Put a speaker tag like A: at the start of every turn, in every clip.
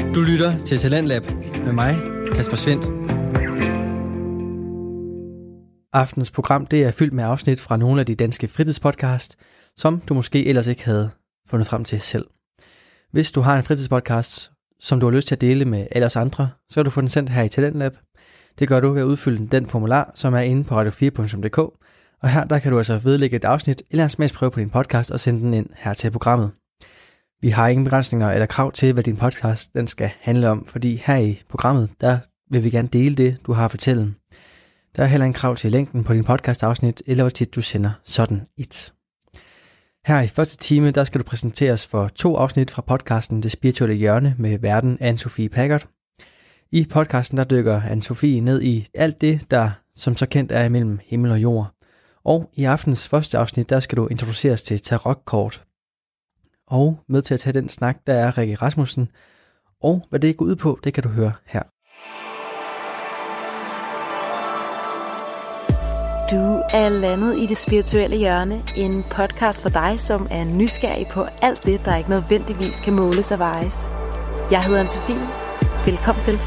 A: Du lytter til Talentlab med mig, Kasper Svendt. Aftens program det er fyldt med afsnit fra nogle af de danske fritidspodcast, som du måske ellers ikke havde fundet frem til selv. Hvis du har en fritidspodcast, som du har lyst til at dele med alle os andre, så kan du få den sendt her i Talentlab. Det gør du ved at udfylde den formular, som er inde på radio4.dk. Og her der kan du altså vedlægge et afsnit eller en smagsprøve på din podcast og sende den ind her til programmet. Vi har ingen begrænsninger eller krav til, hvad din podcast den skal handle om, fordi her i programmet, der vil vi gerne dele det, du har at fortælle. Der er heller ingen krav til længden på din podcast-afsnit, eller hvor tit du sender sådan et. Her i første time, der skal du præsenteres for 2 afsnit fra podcasten Det Spirituelle Hjørne med værten Anne-Sophie Packard. I podcasten, der dykker Anne-Sophie ned i alt det, der som så kendt er imellem himmel og jord. Og i aftens første afsnit, der skal du introduceres til tarotkort. Og med til at tage den snak, der er Rikke Rasmussen. Og hvad det går ud på, det kan du høre her.
B: Du er landet i Det Spirituelle Hjørne, en podcast for dig, som er nysgerrig på alt det, der ikke nødvendigvis kan måles og vejes. Jeg hedder Anne-Sophie. Velkommen til.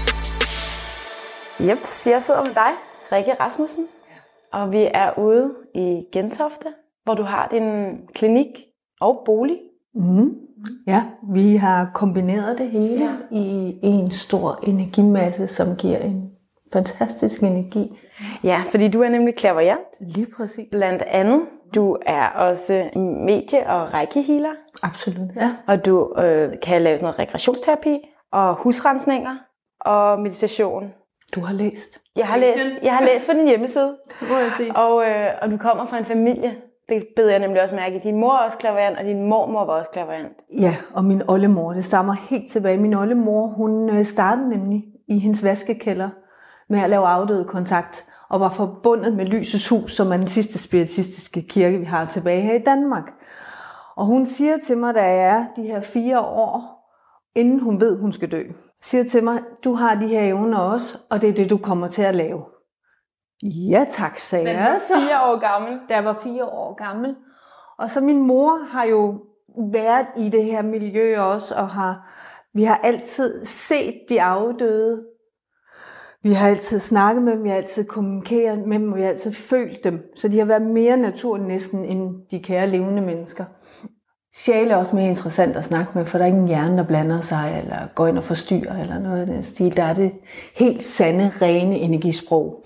B: Jeps, jeg sidder med dig, Rikke Rasmussen, og vi er ude i Gentofte, hvor du har din klinik og bolig.
C: Ja, vi har kombineret det hele i en stor energimasse, som giver en fantastisk energi.
B: Ja, fordi du er nemlig clairvoyant.
C: Lige præcis.
B: Blandt andet. Du er også medie- og reiki-healer.
C: Absolut, ja.
B: Og du kan lave sådan noget regressionsterapi og husrensninger og meditation.
C: Du har læst.
B: Jeg har læst på din hjemmeside.
C: Må jeg sige.
B: Og du kommer fra en familie. Det bed jeg nemlig også mærke. Din mor er også clairvoyant, og din mormor var også clairvoyant.
C: Ja, og min oldemor, det stammer helt tilbage. Min oldemor, hun startede nemlig i hendes vaskekælder med at lave afdøde kontakt, og var forbundet med Lysets Hus, som er den sidste spiritistiske kirke, vi har tilbage her i Danmark. Og hun siger til mig, da jeg er de her 4 år, inden hun ved, hun skal dø, siger til mig, du har de her evner også, og det er det, du kommer til at lave. Ja tak, sagde jeg.
B: Den var 4 år gammel.
C: Da jeg var 4 år gammel. Og så min mor har jo været i det her miljø også, og vi har altid set de afdøde. Vi har altid snakket med dem, vi har altid kommunikeret med dem, og vi har altid følt dem. Så de har været mere naturlige næsten end de kære levende mennesker. Sjæle er også mere interessant at snakke med, for der er ingen hjerne, der blander sig, eller går ind og forstyrrer, eller noget af den stil. Der er det helt sande, rene energisprog.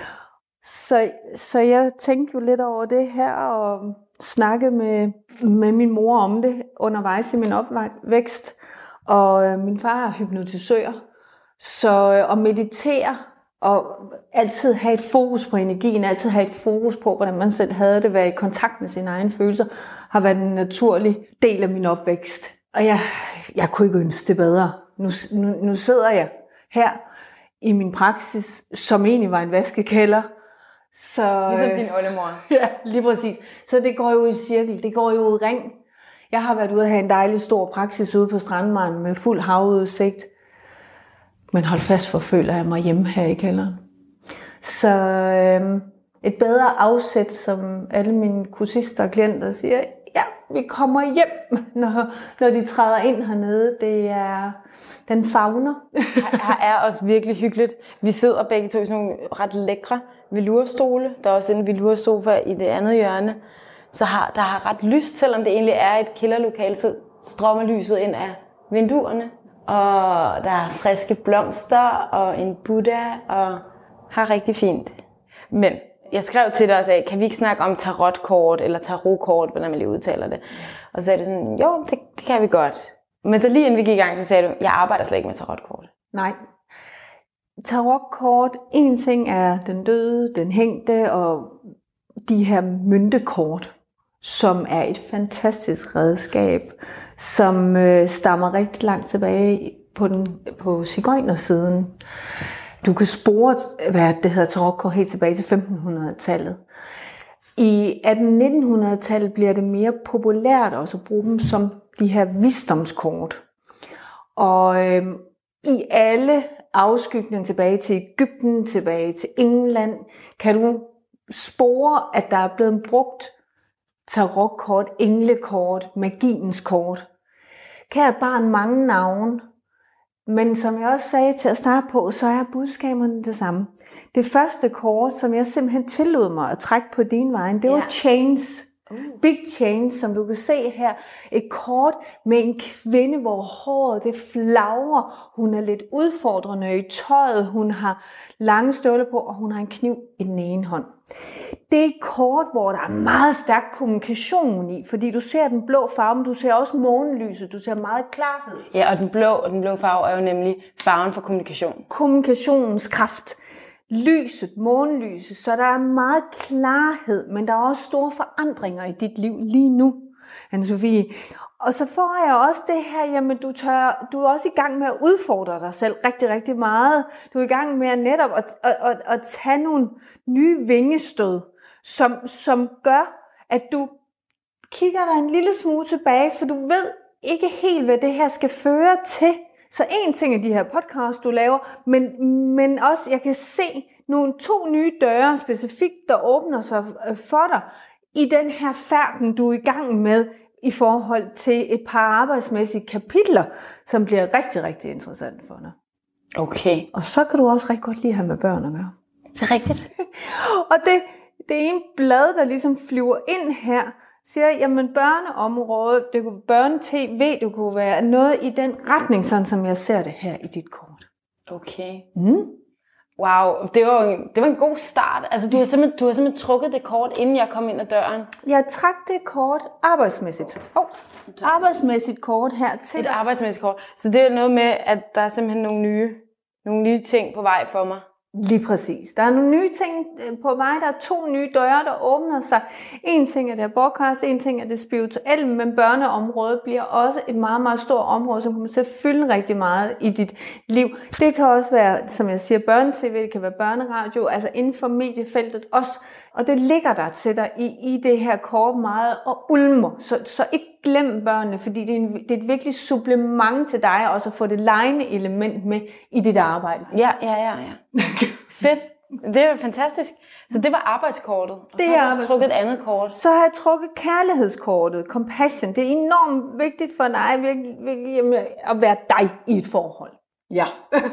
C: Så jeg tænkte jo lidt over det her, og snakkede med min mor om det undervejs i min opvækst. Og min far er hypnotisør, så at meditere og altid have et fokus på energien, altid have et fokus på, hvordan man selv havde det, være i kontakt med sine egne følelser, har været en naturlig del af min opvækst. Og jeg kunne ikke ønske det bedre. Nu sidder jeg her i min praksis, som egentlig var en vaskekælder. Så,
B: ligesom din oldemor.
C: Ja, lige præcis. Så det går jo i cirkel, det går jo i ring. Jeg har været ude at have en dejlig stor praksis ude på Strandvejen med fuld havudsigt. Men hold fast, for føler jeg mig hjemme her i kælderen. Så et bedre afsæt, som alle mine kursister og klienter siger, ja, vi kommer hjem, når de træder ind hernede. Det er den favner.
B: Her er også virkelig hyggeligt. Vi sidder begge to i sådan nogle ret lækre velurstole. Der er også en velursofa i det andet hjørne. Så der har ret lyst, selvom det egentlig er et kælderlokale, så strømmer lyset ind af vinduerne. Og der er friske blomster og en Buddha og har rigtig fint. Men jeg skrev til dig og sagde, kan vi ikke snakke om tarotkort eller tarotkort, hvordan man lige udtaler det? Og så sagde du sådan, jo, det kan vi godt. Men så lige inden vi gik i gang, så sagde du, jeg arbejder slet ikke med tarotkort.
C: Nej. Tarotkort, en ting er den døde, den hængte og de her møntekort, som er et fantastisk redskab, som stammer rigtig langt tilbage på sigøjnersiden. Du kan spore, hvad det hedder, tarotkort helt tilbage til 1500-tallet. I 1800-1900-tallet bliver det mere populært også at bruge dem som de her visdomskort. Og i alle afskygninger tilbage til Egypten, tilbage til England, kan du spore, at der er blevet brugt tarotkort, englekort, magiens kort. Kært barn, mange navne. Men som jeg også sagde til at starte på, så er budskaberne det samme. Det første kort, som jeg simpelthen tillod mig at trække på din vej, det var Change. Big Change, som du kan se her. Et kort med en kvinde, hvor håret det flagrer. Hun er lidt udfordrende i tøjet. Hun har lange støvler på, og hun har en kniv i den ene hånd. Det er et kort, hvor der er meget stærk kommunikation i, fordi du ser den blå farve, men du ser også månelyset, du ser meget klarhed.
B: Ja, og den blå farve er jo nemlig farven for kommunikation.
C: Kommunikationens kraft. Lyset, månelyset, så der er meget klarhed, men der er også store forandringer i dit liv lige nu, Anne-Sophie. Og så får jeg også det her, jamen du er også i gang med at udfordre dig selv rigtig, rigtig meget. Du er i gang med at netop at tage nogle nye vingestød, som gør, at du kigger dig en lille smule tilbage, for du ved ikke helt, hvad det her skal føre til. Så en ting er de her podcasts, du laver, men også, jeg kan se nogle 2 nye døre specifikt, der åbner sig for dig i den her færden, du er i gang med i forhold til et par arbejdsmæssige kapitler, som bliver rigtig, rigtig interessant for dig.
B: Okay.
C: Og så kan du også rigtig godt lide at have med børn at gøre.
B: Det er rigtigt.
C: Og det ene blad, der ligesom flyver ind her, siger, jamen børneområdet, det kunne børne-tv, det kunne være noget i den retning, sådan som jeg ser det her i dit kort.
B: Okay. Wow, det var en god start. Altså du har simpelthen trukket det kort, inden jeg kom ind ad døren.
C: Jeg trak det kort arbejdsmæssigt. Arbejdsmæssigt kort her til.
B: Et arbejdsmæssigt kort. Så det er noget med, at der er simpelthen nogle nye ting på vej for mig.
C: Lige præcis. Der er nogle nye ting på vej. Der er 2 nye døre, der åbner sig. En ting er det her podcast, en ting er det spirituelle, men børneområdet bliver også et meget, meget stort område, som kommer til at fylde rigtig meget i dit liv. Det kan også være, som jeg siger, børne-tv, det kan være børneradio, altså inden for mediefeltet også. Og det ligger der til dig i det her kort meget og ulmer. Så ikke glem børnene, fordi det er et virkelig supplement til dig også at få det legende element med i dit arbejde.
B: Ja. Fedt. Det er fantastisk. Så det var arbejdskortet. Og så har jeg trukket et andet kort.
C: Så har jeg trukket kærlighedskortet, compassion. Det er enormt vigtigt for dig virkelig at være dig i et forhold. Ja.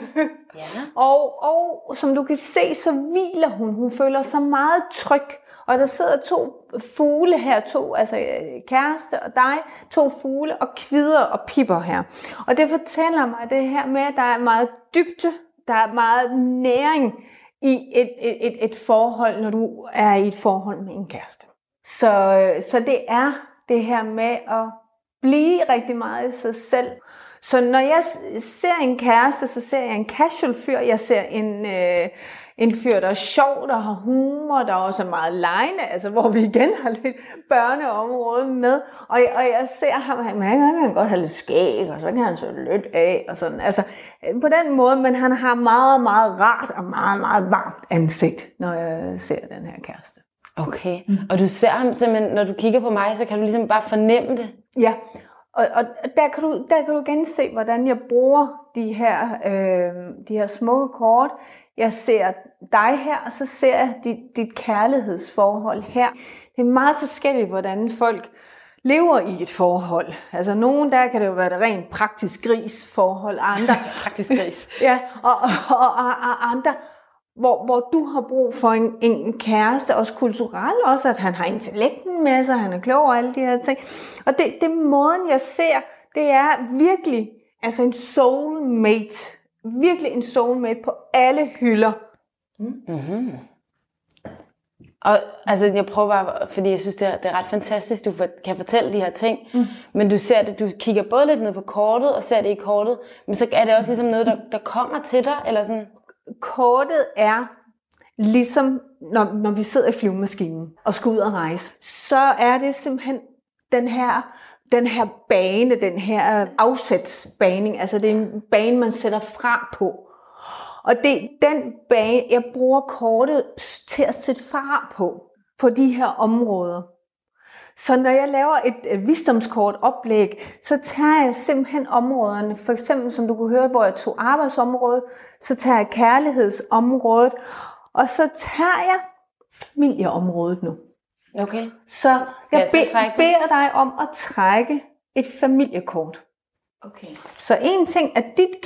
C: Og som du kan se, så hviler hun. Hun føler sig meget tryg. Og der sidder 2 fugle her, altså kæreste og dig, 2 fugle og kvider og pipper her. Og det fortæller mig det her med, at der er meget dybde, der er meget næring i et forhold, når du er i et forhold med en kæreste. Så det er det her med at blive rigtig meget i sig selv. Så når jeg ser en kæreste, så ser jeg en casual fyr. Jeg ser en fyr, der er sjov, der har humor, der også er meget legende, altså hvor vi igen har lidt børneområde med. Og jeg ser ham, han kan godt have lidt skæg, og så kan han så lidt af, og sådan. Altså på den måde, men han har meget, meget rart og meget, meget varmt ansigt, når jeg ser den her kæreste.
B: Okay, og du ser ham simpelthen, når du kigger på mig, så kan du ligesom bare fornemme det?
C: Ja. Og der kan du gense, hvordan jeg bruger de her smukke kort. Jeg ser dig her, og så ser jeg dit kærlighedsforhold her. Det er meget forskelligt, hvordan folk lever i et forhold. Altså nogen, der kan det jo være et rent praktisk grisforhold, andre
B: praktisk gris.
C: Ja, og andre, hvor du har brug for en kæreste, også kulturelt, også at han har intellekten med sig, han er klog og alle de her ting. Og det måden, jeg ser, det er virkelig altså en soulmate. Virkelig en soulmate på alle hylder.
B: Mm-hmm. Og altså, jeg prøver bare, fordi jeg synes, det er ret fantastisk, du kan fortælle de her ting, men du ser det, du kigger både lidt ned på kortet, og ser det i kortet, men så er det også ligesom noget, der kommer til dig, eller sådan?
C: Kortet er ligesom, når vi sidder i flyvemaskinen og skal ud og rejse, så er det simpelthen den her bane, den her afsætsbaning, altså det er en bane, man sætter fra på. Og det er den bane, jeg bruger kortet til at sætte fra på de her områder. Så når jeg laver et visdomskortoplæg, så tager jeg simpelthen områderne, for eksempel som du kunne høre, hvor jeg tog arbejdsområdet, så tager jeg kærlighedsområdet, og så tager jeg familieområdet nu.
B: Okay.
C: Så jeg beder dig om at trække et familiekort. Okay. Så en ting er dit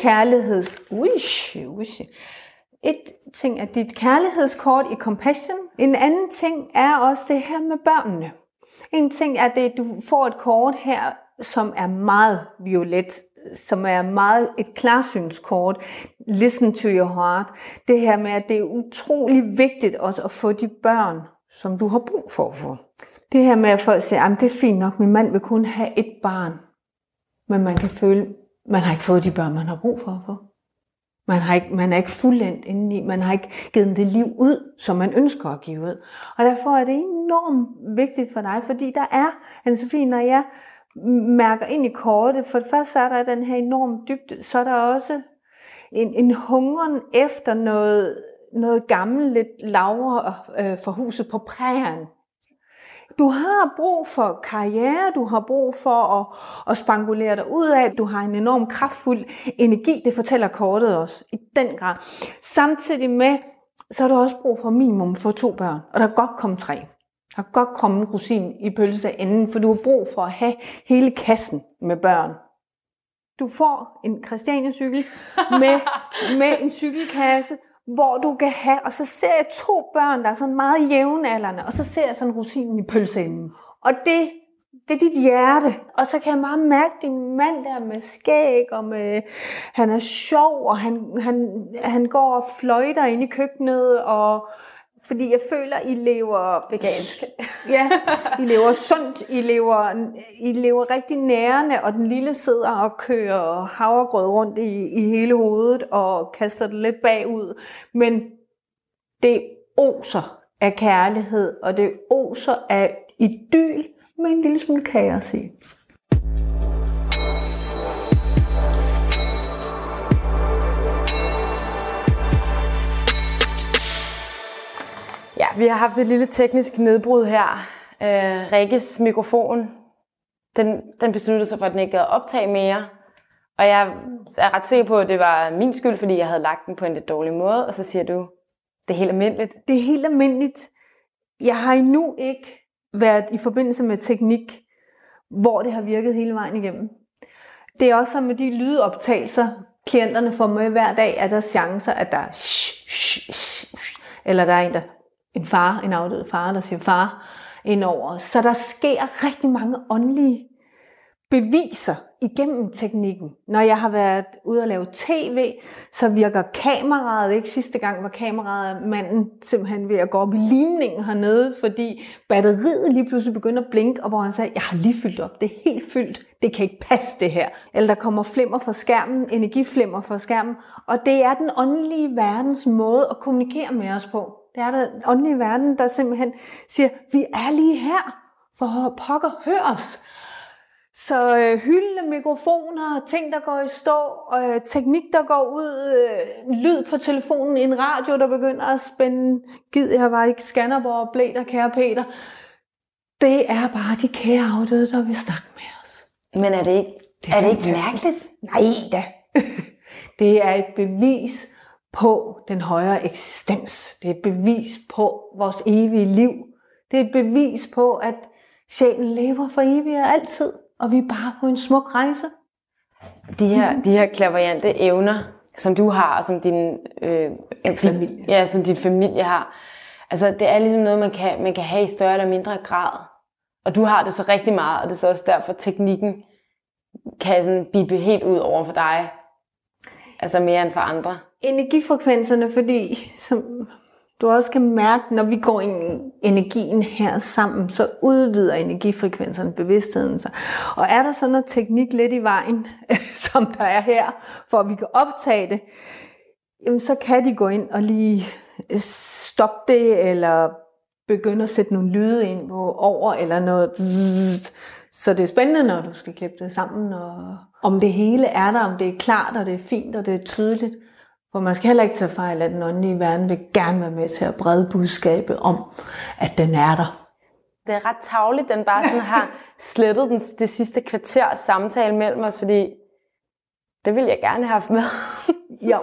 C: ting er dit kærlighedskort i Compassion. En anden ting er også det her med børnene. En ting er det, du får et kort her, som er meget violet, som er meget et klarsynskort. Listen to your heart. Det her med, at det er utrolig vigtigt også at få de børn, som du har brug for at få. Det her med, at folk siger, at det er fint nok, min mand vil kun have et barn. Men man kan føle, man har ikke fået de børn, man har brug for at få. Man er ikke fuldendt indeni. Man har ikke givet det liv ud, som man ønsker at give ud. Og derfor er det enormt vigtigt for dig, fordi der er, Anne-Sophie, når jeg mærker ind i kortet, for det første så er der den her enormt dybde, så er der også en hungeren efter noget gammelt, lidt lavere for huset på prærien. Du har brug for karriere, du har brug for at spangulere dig ud af, du har en enorm kraftfuld energi, det fortæller kortet også, i den grad. Samtidig med, så har du også brug for minimum for 2 børn, og der kan godt komme 3. Der kan godt komme en rosin i pølseenden, for du har brug for at have hele kassen med børn. Du får en Christiania-cykel med en cykelkasse, hvor du kan have, og så ser jeg 2 børn, der er sådan meget jævnaldrende, og så ser jeg sådan rosinen i pølseenden. Og det er dit hjerte, og så kan jeg meget mærke din mand der med skæg, og han er sjov, og han går og fløjter ind i køkkenet, og fordi jeg føler, I lever
B: vegansk.
C: Ja, I lever sundt, I lever rigtig nærende, og den lille sidder og kører havregrød rundt i hele hovedet og kaster det lidt bagud. Men det oser af kærlighed, og det oser af idyl med en lille smule kaos i.
B: Ja, vi har haft et lille teknisk nedbrud her. Rikkes mikrofon, den besluttede sig for, at den ikke gad optage mere. Og jeg er ret sikker på, at det var min skyld, fordi jeg havde lagt den på en lidt dårlig måde. Og så siger du, det er helt almindeligt.
C: Det er helt almindeligt. Jeg har endnu ikke været i forbindelse med teknik, hvor det har virket hele vejen igennem. Det er også med de lydoptagelser, klienterne får med hver dag, at der er chancer, at der er eller der er en afdød far, der siger far indover. Så der sker rigtig mange åndelige beviser igennem teknikken. Når jeg har været ude at lave tv, så virker kameraet ikke. Sidste gang var kameraet manden simpelthen ved at gå op i limningen hernede, fordi batteriet lige pludselig begynder at blinke, og hvor han sagde, jeg har lige fyldt op, det er helt fyldt, det kan ikke passe det her. Eller der kommer flimmer fra skærmen, energiflimmer fra skærmen, og det er den åndelige verdens måde at kommunikere med os på. Det er den åndelige verden, der simpelthen siger, vi er lige her, for pokker, hør os. Så hyldende mikrofoner, ting der går i stå, teknik der går ud, lyd på telefonen, en radio der begynder at spænde, jeg var ikke Skanderborg og blæder, kære Peter. Det er bare de kære afdøde, der vil snakke med os.
B: Men er det ikke mærkeligt?
C: Nej da. Det er et bevis på den højere eksistens. Det er et bevis på vores evige liv. Det er et bevis på, at sjælen lever for evigt og altid. Og vi er bare på en smuk rejse.
B: De her clairvoyante evner, som du har, og som din familie. Som din familie har. Altså, det er ligesom noget, man kan have i større eller mindre grad. Og du har det så rigtig meget, og det er så også derfor, teknikken kan sådan bippe helt ud over for dig. Altså mere end for andre.
C: Energifrekvenserne, fordi som du også kan mærke, når vi går ind energien her sammen, så udvider energifrekvenserne bevidstheden sig. Og er der så noget teknik lidt i vejen, som der er her, for at vi kan optage det, jamen så kan de gå ind og lige stoppe det, eller begynde at sætte nogle lyde ind over, eller noget bzzzt. Så det er spændende, når du skal klippe det sammen, og om det hele er der, om det er klart, og det er fint, og det er tydeligt. For man skal heller ikke tage fejl, at den åndelige verden vil gerne være med til at brede budskabet om, at den er der.
B: Det er ret tarveligt, den bare sådan har slettet det sidste kvarters samtale mellem os, fordi det ville jeg gerne have haft med.
C: Jo.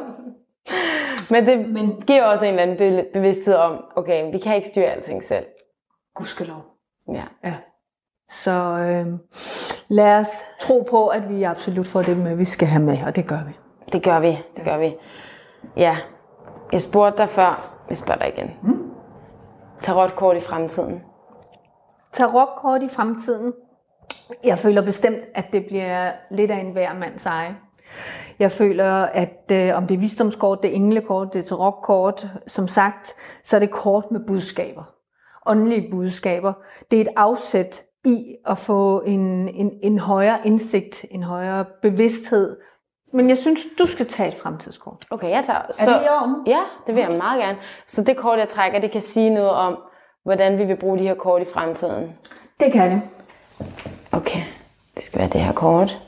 B: Men det giver også en eller anden bevidsthed om, okay, vi kan ikke styre alting selv.
C: Gudskelov.
B: Ja.
C: Så lad os tro på, at vi absolut får det med, vi skal have med, og det gør vi.
B: Det gør vi. Ja, jeg spurgte dig før, jeg spørger dig igen. Tarotkort i fremtiden.
C: Tarotkort i fremtiden. Jeg føler bestemt, at det bliver lidt af en hver mands eje. Jeg føler, at om det er visdomskort, det er englekort, det er tarotkort, som sagt, så er det kort med budskaber. Åndelige budskaber. Det er et afsæt i at få en højere indsigt, en højere bevidsthed. Men jeg synes, du skal tage et fremtidskort.
B: Okay, jeg tager.
C: Så, er det i orden?
B: Ja, det vil jeg meget gerne. Så det kort, jeg trækker, det kan sige noget om, hvordan vi vil bruge de her kort i fremtiden.
C: Det kan det.
B: Okay, det skal være det her kort.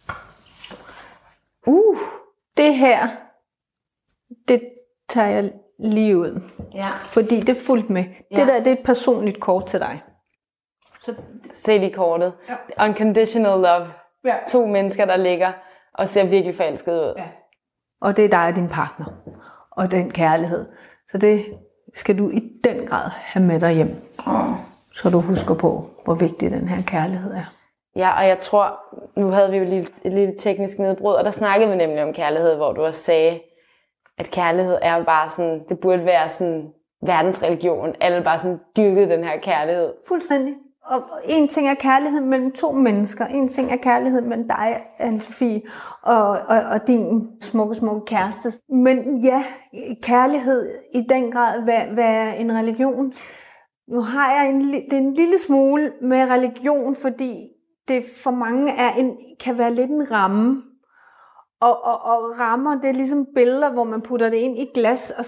C: Det her, det tager jeg lige ud.
B: Ja.
C: Fordi det er fuldt med.
B: Ja.
C: Det der, det er et personligt kort til dig. Så
B: se lige kortet. Ja. Unconditional love.
C: Ja.
B: 2 mennesker, der ligger og ser virkelig forelsket ud.
C: Ja. Og det er dig og din partner. Og den kærlighed. Så det skal du i den grad have med dig hjem. Så du husker på, hvor vigtig den her kærlighed er.
B: Ja, og jeg tror, nu havde vi jo lige et lille teknisk nedbrud, og der snakkede vi nemlig om kærlighed, hvor du også sagde, at kærlighed er bare sådan, det burde være sådan verdensreligion. Alle bare sådan dyrkede den her kærlighed.
C: Fuldstændig. Og en ting er kærlighed mellem 2 mennesker. En ting er kærlighed mellem dig, Anne-Sophie, og din smukke kæreste. Men ja, kærlighed i den grad, hvad er en religion? Nu har jeg en lille smule med religion, fordi det for mange kan være lidt en ramme. Og rammer, det er ligesom billeder, hvor man putter det ind i glas, og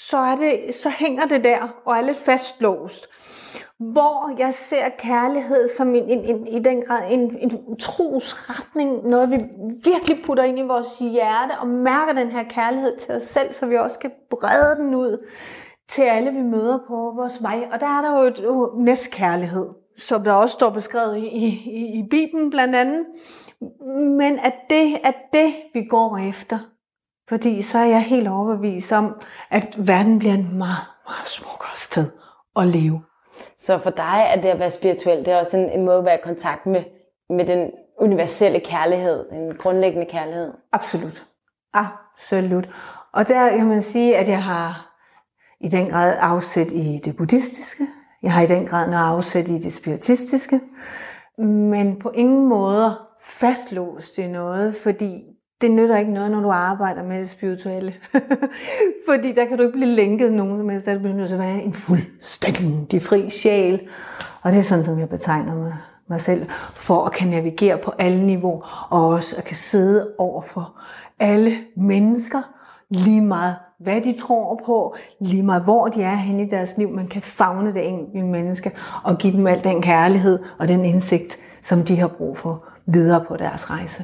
C: så hænger det der og er lidt fastlåst. Hvor jeg ser kærlighed som i den grad en trosretning, noget vi virkelig putter ind i vores hjerte og mærker den her kærlighed til os selv, så vi også kan brede den ud til alle, vi møder på vores vej. Og der er der jo næstkærlighed, som der også står beskrevet i Bibelen blandt andet. Men at det, vi går efter. Fordi så er jeg helt overbevist om, at verden bliver en meget, meget smukkere sted at leve.
B: Så for dig er det at være spirituel, det er også en måde at være i kontakt med den universelle kærlighed, den grundlæggende kærlighed.
C: Absolut. Absolut. Og der kan man sige, at jeg har i den grad afsæt i det buddhistiske. Jeg har i den grad noget afsæt i det spiritistiske. Men på ingen måde fastlåst i noget, fordi det nytter ikke noget, når du arbejder med det spirituelle. Fordi der kan du ikke blive lænket nogen som helst. Der bliver nødt til at være en fuldstændig fri sjæl. Og det er sådan, som jeg betegner mig selv, for at kan navigere på alle niveauer, og også at kan sidde over for alle mennesker, lige meget hvad de tror på, lige meget hvor de er henne i deres liv. Man kan favne det enkelte menneske og give dem al den kærlighed og den indsigt, som de har brug for videre på deres rejse.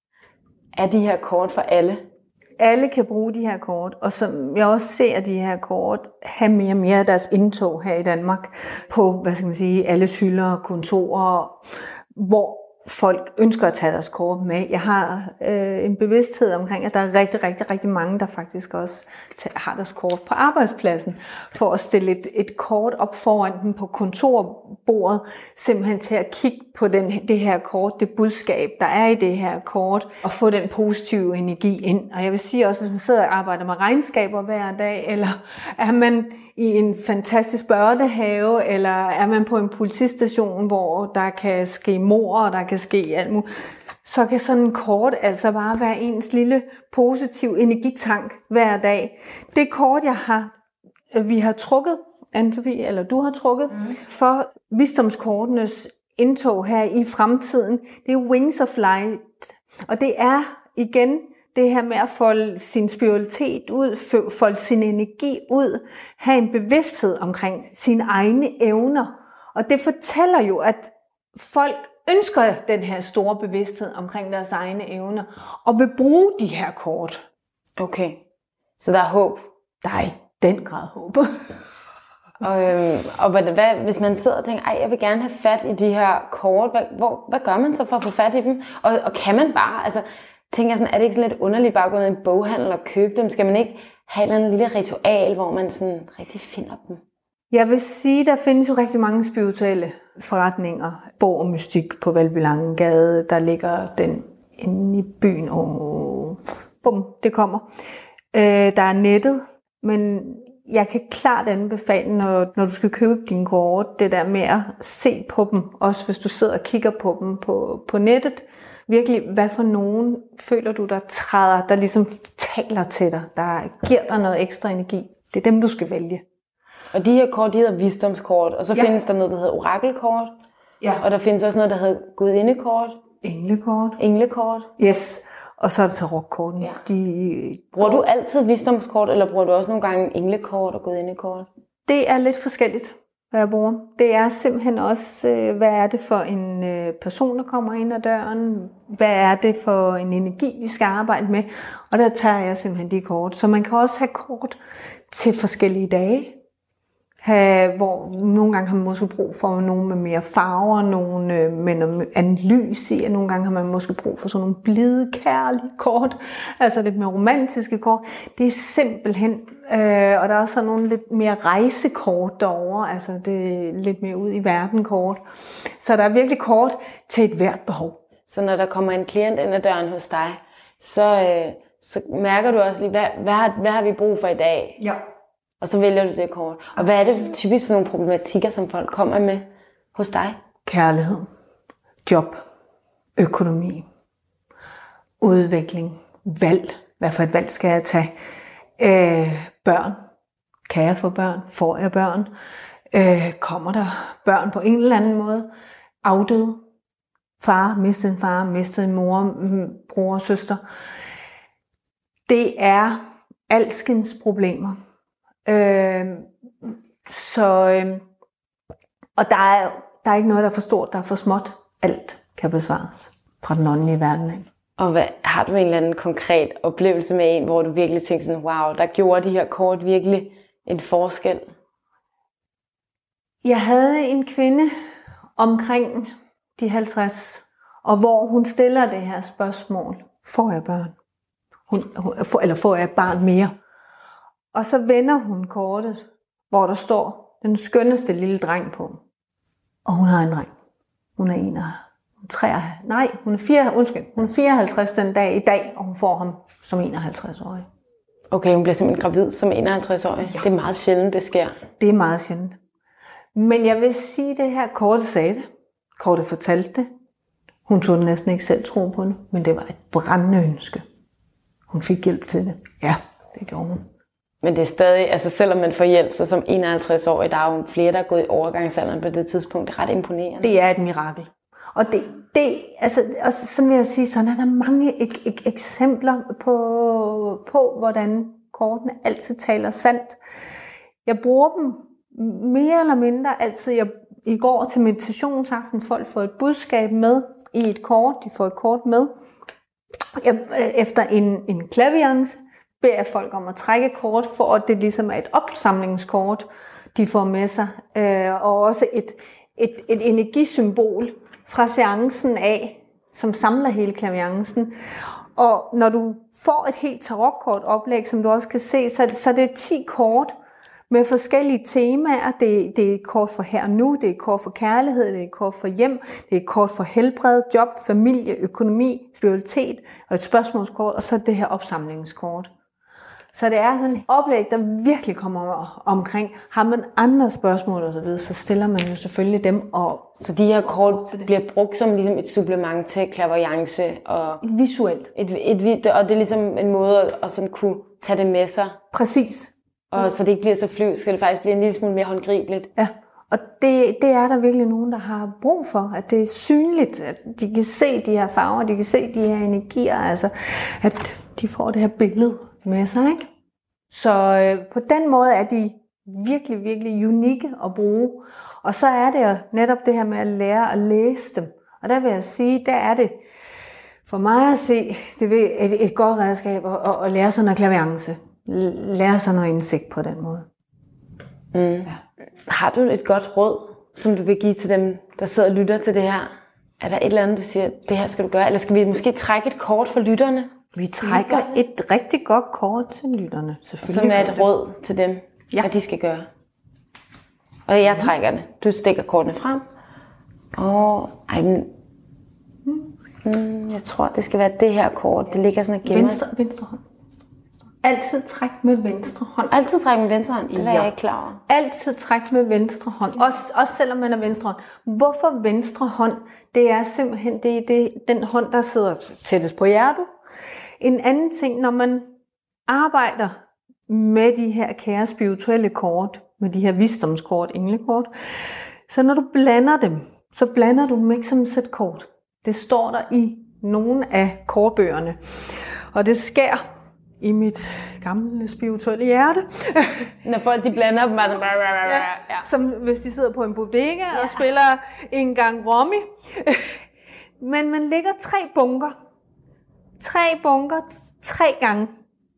B: Er de her kort for alle?
C: Alle kan bruge de her kort, og som jeg også ser de her kort have mere og mere af deres indtog her i Danmark på, alle hylder og kontorer, hvor folk ønsker at tage deres kort med. Jeg har en bevidsthed omkring, at der er rigtig mange, der faktisk også har deres kort på arbejdspladsen, for at stille et kort op foran dem på kontorbordet, simpelthen til at kigge på det her kort, det budskab, der er i det her kort, og få den positive energi ind. Og jeg vil sige også, hvis man sidder og arbejder med regnskaber hver dag, eller er man i en fantastisk børnehave, eller er man på en politistation, hvor der kan ske mord, og der kan ske alt muligt, så kan sådan en kort altså bare være ens lille positiv energitank hver dag. Det kort, vi har trukket, Anne-Sophie, eller du har trukket, for visdomskortenes indtog her i fremtiden, det er Wings of Light. Og det er igen det her med at folde sin spiritualitet ud, folde sin energi ud, have en bevidsthed omkring sine egne evner. Og det fortæller jo, at folk ønsker den her store bevidsthed omkring deres egne evner, og vil bruge de her kort.
B: Okay, så der er håb?
C: Der er i den grad håb.
B: Og hvad, hvis man sidder og tænker, jeg vil gerne have fat i de her kort, hvad gør man så for at få fat i dem? Og kan man bare, tænker sådan, er det ikke sådan lidt underligt bare at gå ned i en boghandel og købe dem? Skal man ikke have et eller andet lille ritual, hvor man sådan rigtig finder dem?
C: Jeg vil sige, der findes jo rigtig mange spirituelle forretninger. Borg og Mystik på Valby-Langegade, der ligger den inde i byen. Bum, det kommer. Der er nettet, men jeg kan klart anbefale, når du skal købe dine kort, det der med at se på dem, også hvis du sidder og kigger på dem på nettet. Virkelig, hvad for nogen føler du, der ligesom taler til dig, der giver dig noget ekstra energi. Det er dem, du skal vælge.
B: Og de her kort, de hedder visdomskort, og så findes der noget, der hedder orakelkort, og der findes også noget, der hedder gudindekort. Englekort.
C: Yes, og så er der tarotkorten. Ja.
B: Bruger du altid visdomskort, eller bruger du også nogle gange englekort og gudindekort?
C: Det er lidt forskelligt, hvad jeg bruger. Det er simpelthen også, hvad er det for en person, der kommer ind ad døren? Hvad er det for en energi, vi skal arbejde med? Og der tager jeg simpelthen de kort. Så man kan også have kort til forskellige dage. Hvor nogle gange har man måske brug for nogle med mere farver, nogle med noget andet lys i, og nogle gange har man måske brug for sådan nogle blide, kærlige kort, altså lidt mere romantiske kort. Det er simpelthen, og der er også nogle lidt mere rejsekort derovre, altså det er lidt mere ud i verden kort. Så der er virkelig kort til et hvert behov.
B: Så når der kommer en klient ind ad døren hos dig, så mærker du også lige, hvad har vi brug for i dag?
C: Ja.
B: Og så vælger du det kort. Og hvad er det typisk for nogle problematikker, som folk kommer med hos dig?
C: Kærlighed, job, økonomi, udvikling, valg. Hvad for et valg skal jeg tage? Børn. Kan jeg få børn? Får jeg børn? Kommer der børn på en eller anden måde? Afdøde. Mistede en far, mistede en mor, bror og søster. Det er alskens problemer. Og der er ikke noget, der er for stort, der er for småt. Alt kan besvares fra den åndelige verden. Ikke?
B: Og har du en eller anden konkret oplevelse med en, hvor du virkelig tænkte sådan, wow, der gjorde de her kort virkelig en forskel?
C: Jeg havde en kvinde omkring de 50, og hvor hun stiller det her spørgsmål. Får jeg børn? Eller får jeg et barn mere? Og så vender hun kortet, hvor der står den skønneste lille dreng på. Og hun har en dreng. Hun er 54 den dag i dag, og hun får ham som 51-årig.
B: Okay, hun bliver simpelthen gravid som 51-årig. Ja. Det er meget sjældent, det sker.
C: Det er meget sjældent. Men jeg vil sige, det her kortet sagde det. Kortet fortalte det. Hun turde næsten ikke selv tro på det, men det var et brændende ønske. Hun fik hjælp til det. Ja, det gjorde hun.
B: Men det er stadig, altså selvom man får hjælp, så som 51-årig, der er jo flere, der er gået i overgangsalderen på det tidspunkt. Det er ret imponerende.
C: Det er et mirakel. Og og sådan vil jeg sige, sådan er der mange eksempler på, hvordan kortene altid taler sandt. Jeg bruger dem mere eller mindre altid. I går til meditationsaften, folk får et budskab med i et kort. De får et kort med. Efter en klaviance beder jeg folk om at trække kort, for at det ligesom er et opsamlingskort, de får med sig. Og også et energisymbol fra seancen af, som samler hele klaviancen. Og når du får et helt tarotkort-oplæg, som du også kan se, så det er 10 kort med forskellige temaer. Det er et kort for her og nu, det er et kort for kærlighed, det er et kort for hjem, det er et kort for helbred, job, familie, økonomi, spiritualitet og et spørgsmålskort, og så det her opsamlingskort. Så det er sådan et oplæg, der virkelig kommer omkring. Har man andre spørgsmål og så videre, så stiller man jo selvfølgelig dem.
B: Så de her kort bliver brugt som ligesom et supplement til clairvoyance og
C: visuelt.
B: Og det er ligesom en måde at sådan kunne tage det med sig.
C: Præcis.
B: Og så det ikke bliver så flyvsk, skal det faktisk blive en lille smule mere håndgribeligt.
C: Ja, og det er der virkelig nogen, der har brug for. At det er synligt, at de kan se de her farver, de kan se de her energier. Altså, at de får det her billede med sig, ikke? Så på den måde er de virkelig, virkelig unikke at bruge. Og så er det jo netop det her med at lære at læse dem. Og der vil jeg sige, der er det for mig at se, det er et godt redskab at lære sig noget klaviance. Lære sig noget indsigt på den måde.
B: Mm. Ja. Har du et godt råd, som du vil give til dem, der sidder og lytter til det her? Er der et eller andet, du siger, det her skal du gøre? Eller skal vi måske trække et kort for lytterne?
C: Vi trækker et rigtig godt kort til lytterne, selvfølgelig.
B: Som er et råd til dem, hvad de skal gøre. Og jeg trækker det. Du stikker kortene frem. Og jeg tror, det skal være det her kort. Det ligger sådan og gemmer.
C: Venstre hånd. Altid træk med venstre hånd.
B: Altid træk med venstre hånd? Det var jeg ikke klar over.
C: Altid træk med venstre hånd. Også selvom man er venstre hånd. Hvorfor venstre hånd? Det er simpelthen den hånd, der sidder tættest på hjertet. En anden ting, når man arbejder med de her kære spirituelle kort, med de her visdomskort, englekort, så når du blander dem, så blander du dem ikke som et sæt kort. Det står der i nogle af kortbøgerne. Og det sker i mit gamle spirituelle hjerte.
B: Når folk de blander dem, altså...
C: Ja. Som hvis de sidder på en bodega og spiller en gang rummy. Men man lægger 3 bunker. 3 bunker 3 gange.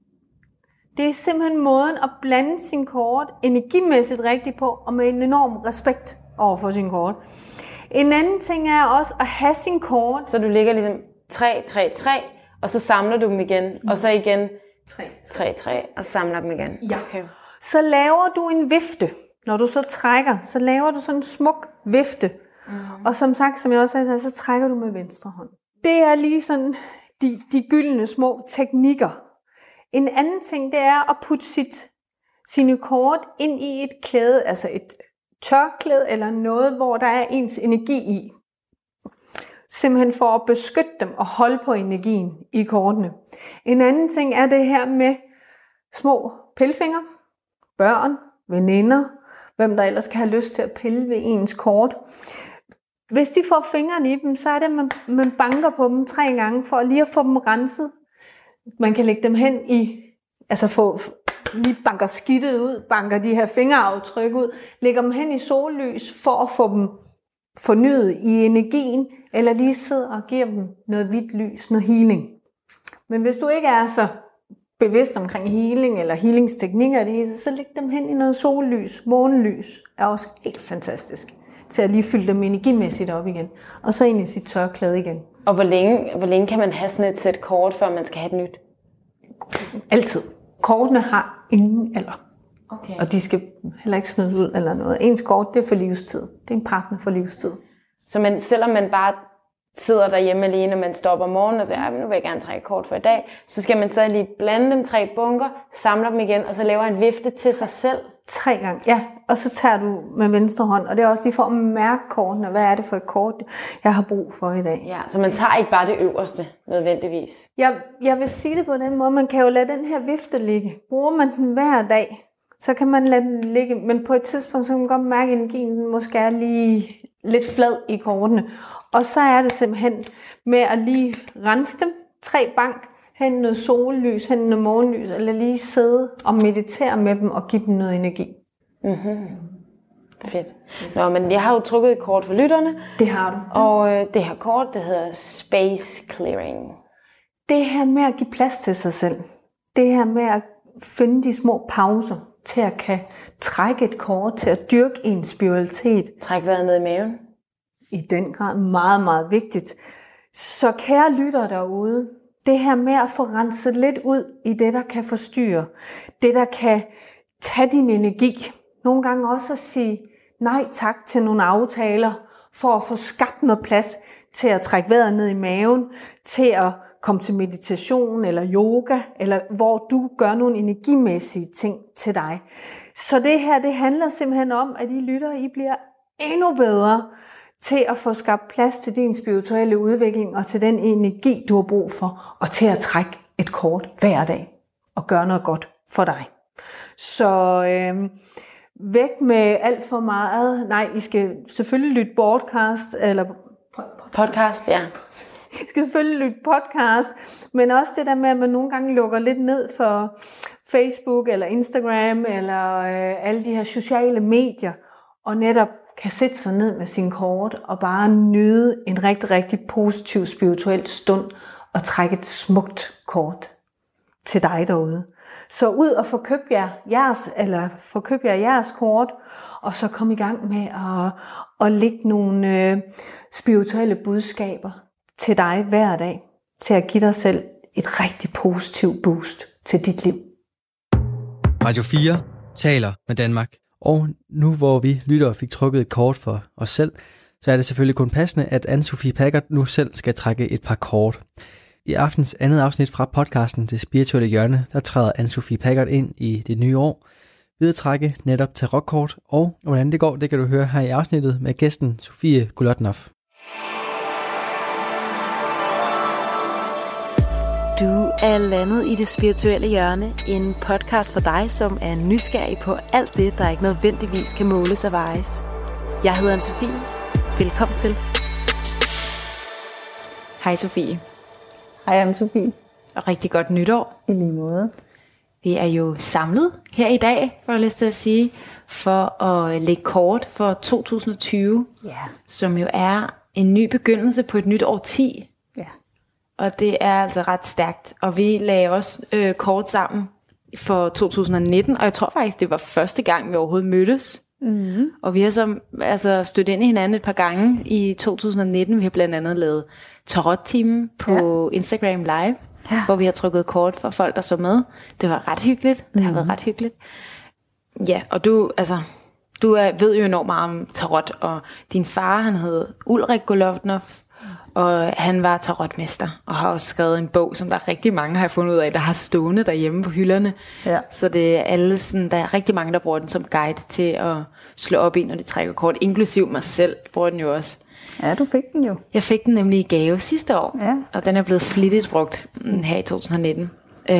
C: Det er simpelthen måden at blande sin kort energimæssigt rigtigt på, og med en enorm respekt over for sin kort. En anden ting er også at have sin kort.
B: Så du lægger ligesom 3, 3, 3, og så samler du dem igen, og så igen 3, 3, 3, og samler dem igen.
C: Ja. Okay. Så laver du en vifte. Når du så trækker, så laver du sådan en smuk vifte. Og som sagt, som jeg også sagde, så trækker du med venstre hånd. Det er lige sådan de gyldne små teknikker. En anden ting, det er at putte sine kort ind i et klæde, altså et tørklæde eller noget, hvor der er ens energi i. Simpelthen for at beskytte dem og holde på energien i kortene. En anden ting er det her med små pilfingre, børn, veninder, hvem der ellers kan have lyst til at pille ved ens kort. Hvis de får fingrene i dem, så er det, at man banker på dem 3 gange for lige at få dem renset. Man kan lægge dem hen i, altså lige banker skidtet ud, banker de her fingeraftryk ud, lægger dem hen i sollys for at få dem fornyet i energien, eller lige sidder og giver dem noget hvidt lys, noget healing. Men hvis du ikke er så bevidst omkring healing eller healingsteknikker, så læg dem hen i noget sollys. Månelys er også helt fantastisk til at lige fylde dem energimæssigt op igen. Og så ind i sit tørklæde igen.
B: Og hvor længe kan man have sådan et sæt kort, før man skal have et nyt?
C: Altid. Kortene har ingen alder.
B: Okay.
C: Og de skal heller ikke smides ud eller noget. Ens kort, det er for livstid. Det er en partner for livstid.
B: Så selvom man bare sidder derhjemme alene, og man stopper om morgenen og siger, nu vil jeg gerne trække kort for i dag, så skal man så lige blande dem 3 bunker, samler dem igen, og så laver en vifte til sig selv.
C: 3 gange, ja. Og så tager du med venstre hånd, og det er også lige for at mærke kortene. Hvad er det for et kort, jeg har brug for i dag?
B: Ja, så man tager ikke bare det øverste, nødvendigvis.
C: Jeg vil sige det på den måde, man kan jo lade den her vifte ligge. Bruger man den hver dag, så kan man lade den ligge, men på et tidspunkt, så kan man godt mærke, at energien måske er lige lidt flad i kortene. Og så er det simpelthen med at lige rense dem, 3 bank, hen noget sollys, hen noget morgenlys, eller lige sidde og meditere med dem og give dem noget energi.
B: Mm-hmm. Fedt. Nå, men jeg har jo trukket et kort for lytterne.
C: Det har du.
B: Og det her kort, det hedder Space Clearing.
C: Det her med at give plads til sig selv. Det her med at finde de små pauser til at kan trække et kort, til at dyrke en spiritualitet.
B: Træk vejret ned i maven.
C: I den grad meget, meget vigtigt. Så kære lytter derude, det her med at få renset lidt ud i det, der kan forstyrre. Det, der kan tage din energi. Nogle gange også at sige nej tak til nogle aftaler, for at få skabt noget plads til at trække vejret ned i maven, til at komme til meditation eller yoga, eller hvor du gør nogle energimæssige ting til dig. Så det her, det handler simpelthen om, at I lyttere, I bliver endnu bedre til at få skabt plads til din spirituelle udvikling, og til den energi, du har brug for, og til at trække et kort hver dag, og gøre noget godt for dig. Så væk med alt for meget. Nej, I skal selvfølgelig lytte podcast, eller
B: podcast, ja.
C: I skal selvfølgelig lytte podcast, men også det der med, at man nogle gange lukker lidt ned for Facebook, eller Instagram, eller alle de her sociale medier, og netop kan sætte sig ned med sin kort, og bare nyde en rigtig, rigtig positiv spirituel stund, og trække et smukt kort til dig derude. Så ud og få købt jeres kort, og så kom i gang med at lægge nogle spirituelle budskaber til dig hver dag, til at give dig selv et rigtig positivt boost til dit liv.
A: Radio 4 taler med Danmark. Og nu hvor vi lyttere fik trukket et kort for os selv, så er det selvfølgelig kun passende, at Anne-Sophie Packard nu selv skal trække et par kort. I aftens andet afsnit fra podcasten Det Spirituelle Hjørne, der træder Anne-Sophie Packard ind i det nye år ved at trække netop tarotkort, og hvordan det går, det kan du høre her i afsnittet med gæsten Sofie Golotnov.
D: Du er landet i Det Spirituelle Hjørne, en podcast for dig, som er nysgerrig på alt det, der ikke nødvendigvis kan måles og vejes. Jeg hedder Anne-Sophie. Velkommen til. Hej Sofie.
C: Hej Anne-Sophie.
D: Og rigtig godt nytår.
C: I lige måde.
D: Vi er jo samlet her i dag, for jeg lyst til at sige, for at lægge kort for 2020, som jo er en ny begyndelse på et nyt årti.
C: Ja.
D: Og det er altså ret stærkt. Og vi lagde også kort sammen for 2019, og jeg tror faktisk, det var første gang, vi overhovedet mødtes. Mm-hmm. Og vi har så stødt ind i hinanden et par gange i 2019. Vi har blandt andet lavet tarot-team på Instagram Live, hvor vi har trykket kort for folk, der så med. Det var ret hyggeligt. Det har været ret hyggeligt. Ja, og du ved jo enormt meget om tarot, og din far, han hed Ulrik Golotnov, og han var tarotmester, og har også skrevet en bog, som der er rigtig mange, har jeg fundet ud af, der har stående derhjemme på hylderne. Ja. Så det er alle sådan, der er rigtig mange, der bruger den som guide til at slå op i, når de trækker kort, inklusiv mig selv, bruger den jo også.
C: Ja, du fik den jo.
D: Jeg fik den nemlig i gave sidste år, og den er blevet flittigt brugt her i 2019.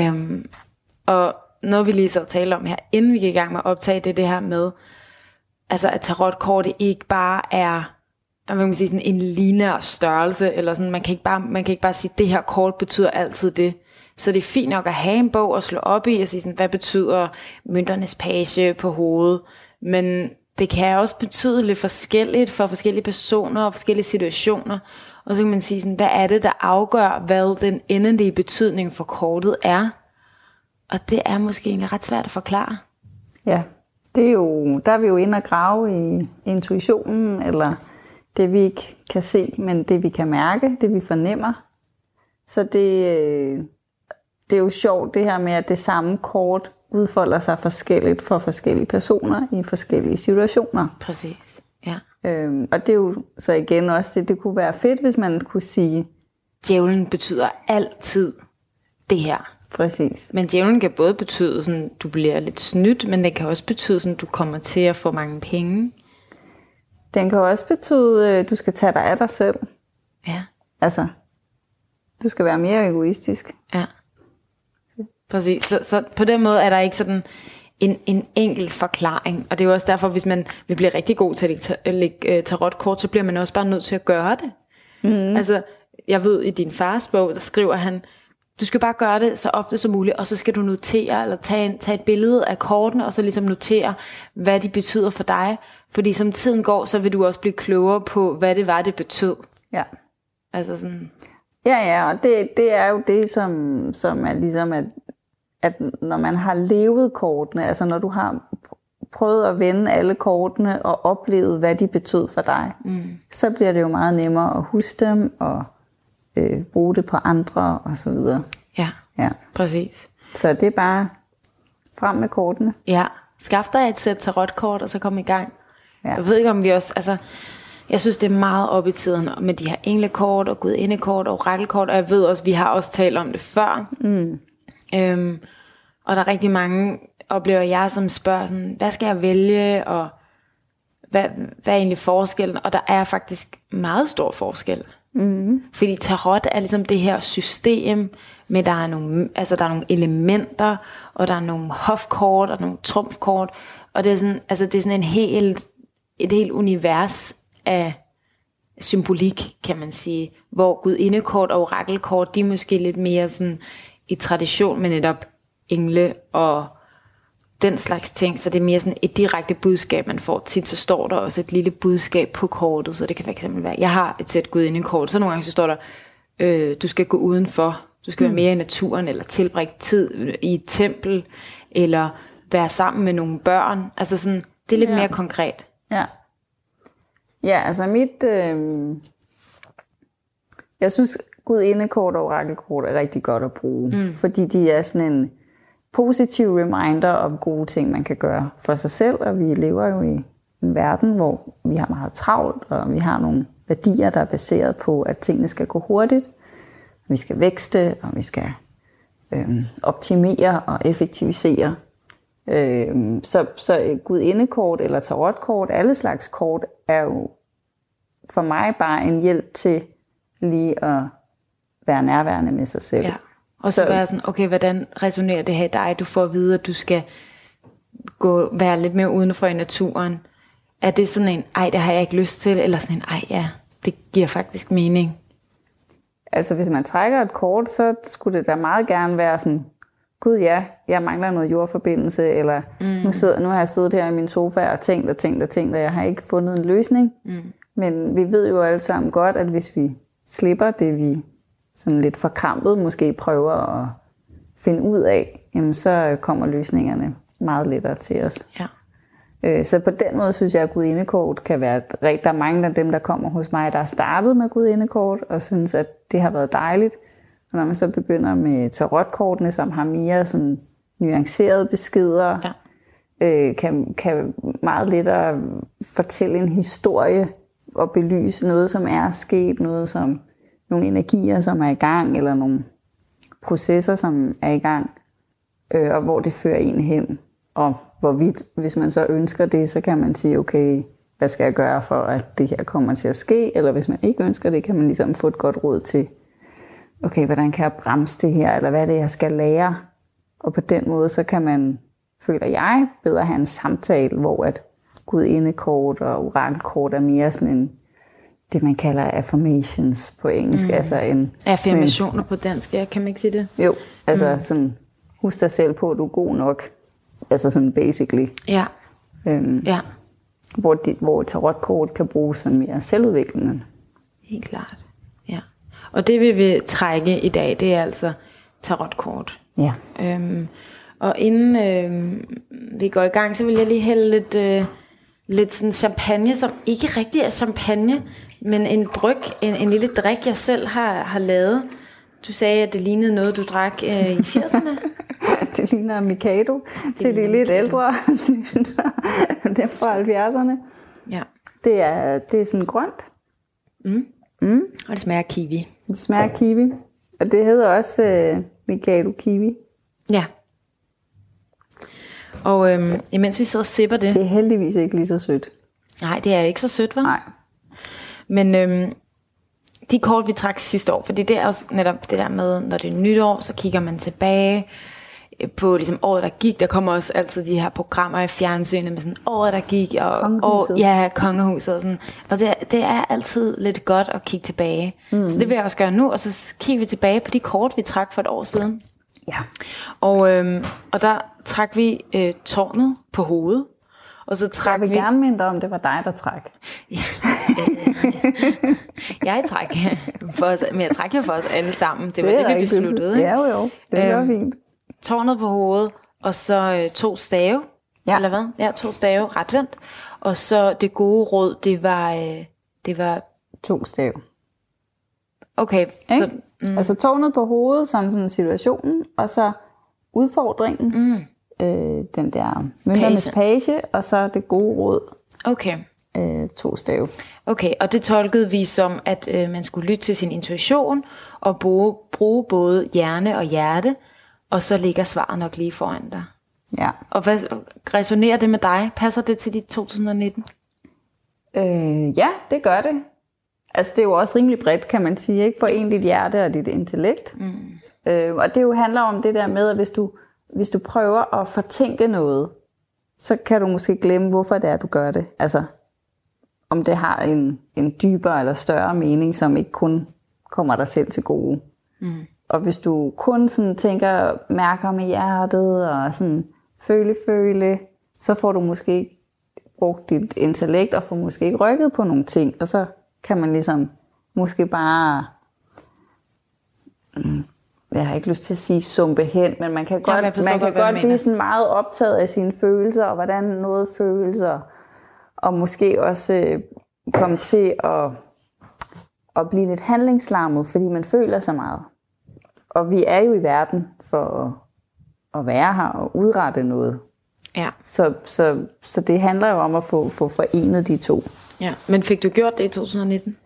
D: Og noget vi lige så talte om her, inden vi gik i gang med at optage, det her med, altså at tarotkortet ikke bare er, man kan sige sådan en lineær størrelse, eller sådan, man kan ikke bare sige, det her kort betyder altid det. Så det er fint nok at have en bog og slå op i, og sige sådan, hvad betyder mønternes page på hovedet, men det kan også betyde lidt forskelligt for forskellige personer og forskellige situationer. Og så kan man sige sådan, hvad er det, der afgør, hvad den endelige betydning for kortet er? Og det er måske egentlig ret svært at forklare. Ja,
C: det er jo, der er vi jo inde og grave i intuitionen, eller det vi ikke kan se, men det vi kan mærke, det vi fornemmer. Så det er jo sjovt det her med, at det samme kort udfolder sig forskelligt for forskellige personer i forskellige situationer.
D: Præcis, ja.
C: Og det er jo så igen også det kunne være fedt, hvis man kunne sige,
D: djævlen betyder altid det her.
C: Præcis.
D: Men djævlen kan både betyde sådan, du bliver lidt snydt, men det kan også betyde sådan, du kommer til at få mange penge.
C: Den kan også betyde, du skal tage dig af dig selv.
D: Ja.
C: Altså, du skal være mere egoistisk.
D: Ja. Præcis. Så på den måde er der ikke sådan en enkelt forklaring. Og det er jo også derfor, hvis man vil blive rigtig god til at lægge tarotkort, så bliver man også bare nødt til at gøre det. Mm. Altså, jeg ved i din fars bog, der skriver han, du skal bare gøre det så ofte som muligt, og så skal du notere, eller tage et billede af kortene, og så ligesom notere, hvad de betyder for dig. Fordi som tiden går, så vil du også blive klogere på, hvad det var, det betød.
C: Ja.
D: Altså sådan.
C: Ja, og det er jo det, som er ligesom, at når man har levet kortene, altså når du har prøvet at vende alle kortene, og oplevet, hvad de betød for dig, så bliver det jo meget nemmere at huske dem, og bruge det på andre, og så videre.
D: Ja, præcis.
C: Så det er bare frem med kortene.
D: Ja, skaff dig et sæt tarotkort, og så kom i gang. Ja. Jeg ved ikke, om vi også, altså, jeg synes, det er meget op i tiden med de her englekort, og gudindekort, og orakelkort, og jeg ved også, vi har også talt om det før. Og der er rigtig mange, oplever jeg, som spørger sådan, hvad skal jeg vælge, og hvad er egentlig forskellen? Og der er faktisk meget stor forskel. Fordi tarot er ligesom det her system, med der er nogle elementer, og der er nogle hofkort, og nogle trumfkort, og det er sådan, altså det er sådan et helt univers af symbolik, kan man sige, hvor gudindekort og orakelkort, de er måske lidt mere sådan i tradition med netop engle og den slags ting, så det er mere sådan et direkte budskab, man får. Tit så står der også et lille budskab på kortet, så det kan fx være, jeg har et sæt gudindekort, så nogle gange så står der, du skal gå udenfor, du skal være mere i naturen, eller tilbringe tid i et tempel, eller være sammen med nogle børn, altså sådan, det er lidt mere konkret.
C: Ja, altså jeg synes gudindekort og orakelkort er rigtig godt at bruge, fordi de er sådan
E: positive reminder om gode ting, man kan gøre for sig selv, og vi lever jo i en verden, hvor vi har meget travlt, og vi har nogle værdier, der er baseret på, at tingene skal gå hurtigt, vi skal vækste, og vi skal optimere og effektivisere. Så gudindekort eller tarotkort, alle slags kort, er jo for mig bare en hjælp til lige at være nærværende med sig selv.
D: Ja. Og så være sådan, okay, hvordan resonerer det her i dig? Du får at vide, at du skal være lidt mere udenfor i naturen. Er det sådan en, ej, det har jeg ikke lyst til, eller sådan en, ej, ja, det giver faktisk mening?
E: Altså hvis man trækker et kort, så skulle det da meget gerne være sådan, gud ja, jeg mangler noget jordforbindelse, eller nu har jeg siddet her i min sofa og tænkt, og jeg har ikke fundet en løsning. Men vi ved jo alle sammen godt, at hvis vi slipper det, vi sådan lidt forkrampet måske prøver at finde ud af, jamen så kommer løsningerne meget lettere til os.
D: Ja.
E: Så på den måde synes jeg, at gudindekort kan være rigtigt. Der er mange af dem, der kommer hos mig, der er startet med gudindekort, og synes, at det har været dejligt. Og når man så begynder med tarotkortene, som har mere sådan nuancerede beskeder, kan meget lettere fortælle en historie og belyse noget, som er sket, noget som nogle energier, som er i gang, eller nogle processer, som er i gang, og hvor det fører en hen. Og hvorvidt, hvis man så ønsker det, så kan man sige, okay, hvad skal jeg gøre for, at det her kommer til at ske? Eller hvis man ikke ønsker det, kan man ligesom få et godt råd til, okay, hvordan kan jeg bremse det her? Eller hvad er det, jeg skal lære? Og på den måde, så kan man, føler jeg, bedre have en samtale, hvor at gudindekort og orakelkort er mere sådan en, det man kalder affirmations på engelsk. Altså
D: affirmationer på dansk, ja, kan man ikke sige det?
E: Jo, altså sådan, husk dig selv på, at du er god nok. Altså sådan basically.
D: Ja. Ja.
E: Hvor tarotkort kan bruges som mere selvudviklende.
D: Helt klart. Ja. Og det vi vil trække i dag, det er altså tarotkort.
E: Ja.
D: Og inden vi går i gang, så vil jeg lige hælde lidt sådan champagne, som ikke rigtig er champagne, men en bryg, en lille drik, jeg selv har lavet. Du sagde, at det lignede noget, du drak i 80'erne.
E: Det ligner Mikado til de lidt ældre. Det er fra 70'erne.
D: Ja.
E: Det er sådan grønt.
D: Og det smager kiwi.
E: Det smager kiwi. Og det hedder også Mikado kiwi.
D: Ja. Og imens vi sidder og sipper det.
E: Det er heldigvis ikke lige så sødt.
D: Nej, det er ikke så sødt, vel?
E: Nej.
D: Men de kort, vi trak sidste år, fordi det er også netop det der med, når det er nytår, så kigger man tilbage på ligesom året, der gik. Der kommer også altid de her programmer i fjernsynet med sådan året, der gik. Og
E: Kongehuset.
D: Kongehuset og sådan. Og det er altid lidt godt at kigge tilbage. Så det vil jeg også gøre nu, og så kigger vi tilbage på de kort, vi trak for et år siden.
E: Ja.
D: Og der trak vi tårnet på hovedet. Og så trak
E: jeg vil gerne minde om, det var dig, der trak.
D: Ja, jeg træk for os, men jeg træk jo for os alle sammen. Det var det, vi besluttede.
E: Ja, jo. Det var fint.
D: Tårnet på hovedet, og så 2 stave.
E: Ja.
D: Eller hvad? Ja, 2 stave retvendt. Og så det gode råd, det var
E: 2 stave.
D: Okay. Så,
E: altså tårnet på hovedet, som sådan situationen, og så udfordringen. Den der mønternes page, og så det gode råd.
D: Okay.
E: 2 stave.
D: Okay, og det tolkede vi som, at man skulle lytte til sin intuition, og bruge både hjerne og hjerte, og så ligger svaret nok lige foran dig.
E: Ja.
D: Og hvad resonerer det med dig? Passer det til dit 2019?
E: Ja, det gør det. Altså det er jo også rimelig bredt, kan man sige, ikke? Foren dit hjerte og dit intellekt. Og det jo handler om det der med, at hvis du prøver at fortænke noget, så kan du måske glemme, hvorfor det er, du gør det. Altså, om det har en dybere eller større mening, som ikke kun kommer dig selv til gode. Og hvis du kun sådan tænker, mærker med hjertet og sådan føle, så får du måske ikke brugt dit intellekt og får måske ikke rykket på nogle ting. Og så kan man ligesom måske bare... Jeg har ikke lyst til at sige sumpe hen, men man kan godt blive sådan meget optaget af sine følelser, og hvordan noget følelser, og måske også komme til at blive lidt handlingslammet, fordi man føler så meget. Og vi er jo i verden for at være her og udrette noget.
D: Ja.
E: Så det handler jo om at få forenet de to.
D: Ja, men fik du gjort det i 2019?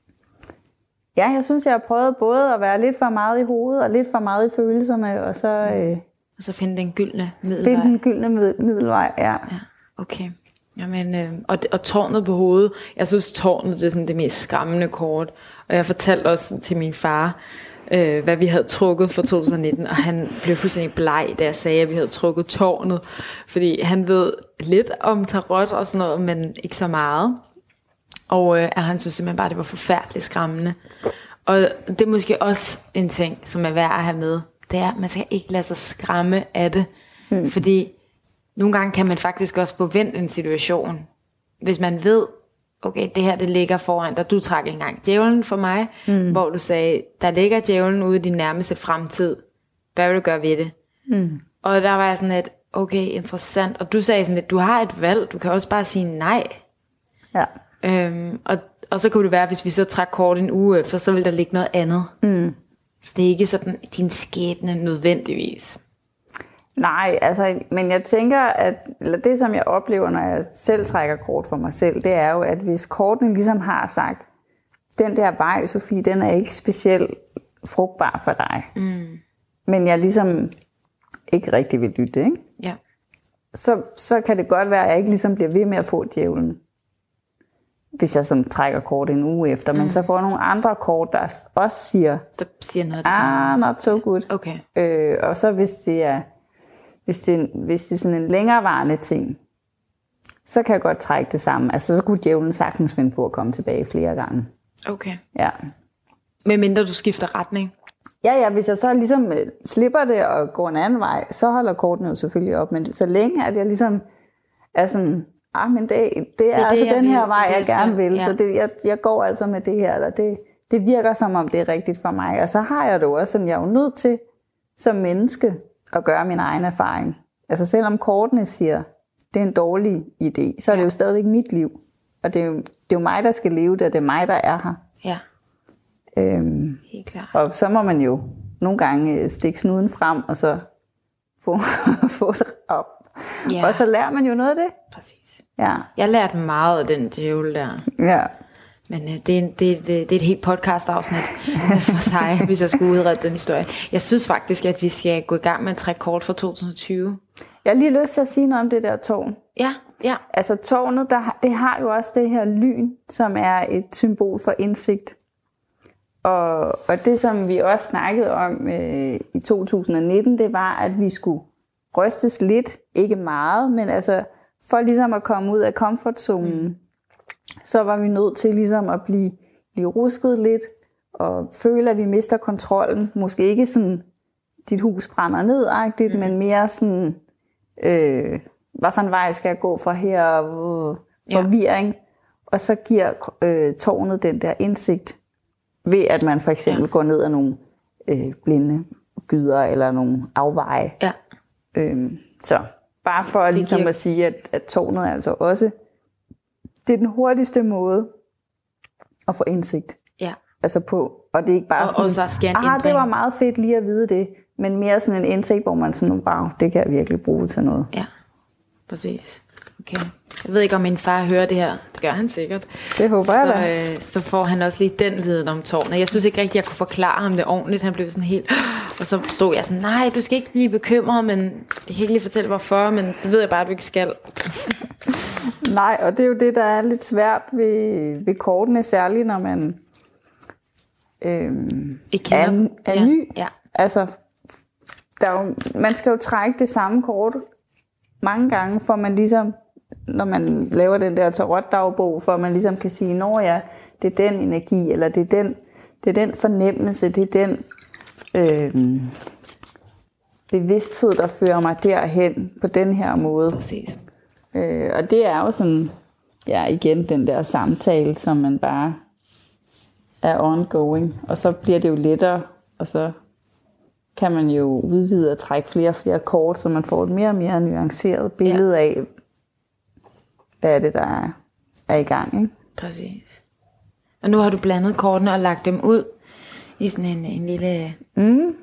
E: Ja, jeg synes, jeg har prøvet både at være lidt for meget i hovedet og lidt for meget i følelserne, og så
D: Og så finde den gyldne middelvej.
E: finde den gyldne middelvej, ja.
D: Ja, okay. Jamen, og tårnet på hovedet. Jeg synes, tårnet det er sådan det mest skræmmende kort. Og jeg fortalte også til min far, hvad vi havde trukket for 2019, og han blev fuldstændig bleg, da jeg sagde, at vi havde trukket tårnet. Fordi han ved lidt om tarot og sådan noget, men ikke så meget. Og han synes simpelthen bare, det var forfærdeligt skræmmende. Og det er måske også en ting, som er værd at have med. Det er, at man skal ikke lade sig skræmme af det. Fordi nogle gange kan man faktisk også forvente en situation. Hvis man ved, okay, det her det ligger foran dig. Du trak engang djævlen for mig, hvor du sagde, der ligger djævlen ude i din nærmeste fremtid. Hvad vil du gøre ved det? Og der var jeg sådan lidt, okay, interessant. Og du sagde sådan lidt, du har et valg. Du kan også bare sige nej.
E: Ja.
D: Og så kunne det være, hvis vi så trak kort en uge efter, så ville der ligge noget andet. Så det er ikke sådan din skæbne nødvendigvis.
E: Nej, altså, men jeg tænker, eller det som jeg oplever, når jeg selv trækker kort for mig selv, det er jo, at hvis kortene ligesom har sagt, den der vej, Sofie, den er ikke specielt frugtbar for dig. Men jeg ligesom ikke rigtig vil lytte, ikke?
D: Ja.
E: Så kan det godt være, at jeg ikke ligesom bliver ved med at få djævlen, hvis jeg sådan trækker kort en uge efter. Men så får jeg nogle andre kort, der også siger,
D: Der siger noget af det samme.
E: not so good.
D: Okay.
E: Og så hvis det er sådan en længerevarende ting, så kan jeg godt trække det samme. Altså så kunne djævlen sagtens finde på at komme tilbage flere gange.
D: Okay.
E: Ja.
D: Medmindre du skifter retning.
E: Ja, hvis jeg så ligesom slipper det og går en anden vej, så holder kortene jo selvfølgelig op. Men så længe at jeg ligesom er sådan, men det er altså den her vej, jeg gerne vil. Ja. Så jeg går altså med det her, eller det virker som om det er rigtigt for mig. Og så har jeg det jo også sådan, jeg er jo nødt til som menneske at gøre min egen erfaring. Altså selvom kortene siger, det er en dårlig idé, så er det jo stadigvæk mit liv. Og det er jo mig, der skal leve det, og det er mig, der er her.
D: Ja. Helt klart.
E: Og så må man jo nogle gange stikke snuden frem, og så få det op.
D: Ja.
E: Og så lærer man jo noget af det.
D: Præcis.
E: Ja.
D: Jeg lærte meget af den djævel der.
E: Ja.
D: Men det er et helt podcast-afsnit for sig, hvis jeg skulle udrette den historie. Jeg synes faktisk, at vi skal gå i gang med at trække kort for 2020. Jeg
E: har lige lyst til at sige noget om det der tårn.
D: Ja.
E: Altså tårnet, det har jo også det her lyn, som er et symbol for indsigt. Og det, som vi også snakkede om i 2019, det var, at vi skulle rystes lidt, ikke meget, men altså for ligesom at komme ud af komfortzonen, så var vi nødt til ligesom at blive rusket lidt, og føle, at vi mister kontrollen. Måske ikke sådan, dit hus brænder ned-agtigt, men mere sådan, hvad for en vej skal jeg gå fra her, forvirring. Og så giver tårnet den der indsigt, ved at man for eksempel går ned ad nogle blinde gyder, eller nogle afveje.
D: Ja.
E: Så bare for ligesom at sige, at tårnet er altså også, det er den hurtigste måde at få indsigt.
D: Ja.
E: Altså på, og det er ikke bare
D: og
E: sådan, det var meget fedt lige at vide det, men mere sådan en indsigt, hvor man sådan, wow, det kan jeg virkelig bruge til noget.
D: Ja, præcis. Okay. Jeg ved ikke, om min far hører det her. Det gør han sikkert.
E: Det håber jeg da.
D: Så får han også lige den viden om tårnet. Jeg synes ikke rigtig, jeg kunne forklare ham det ordentligt. Han blev sådan helt... Og så stod jeg sådan, nej, du skal ikke blive bekymret, men jeg kan ikke lige fortælle hvorfor, men det ved jeg bare, at du ikke skal.
E: Nej, og det er jo det, der er lidt svært ved kortene, særligt når man er ny.
D: Ja.
E: Altså, man skal jo trække det samme kort mange gange, for man ligesom, når man laver den der tarotdagbog, for man ligesom kan sige, når det er den energi, eller det er den fornemmelse, det er den bevidsthed, der fører mig derhen på den her måde.
D: Præcis.
E: Og det er jo sådan, igen den der samtale, som man bare er ongoing, og så bliver det jo lettere, og så kan man jo udvide og trække flere og flere kort, så man får et mere og mere nuanceret billede af, hvad er det, der er i gang. Ikke?
D: Præcis. Og nu har du blandet kortene og lagt dem ud i sådan en lille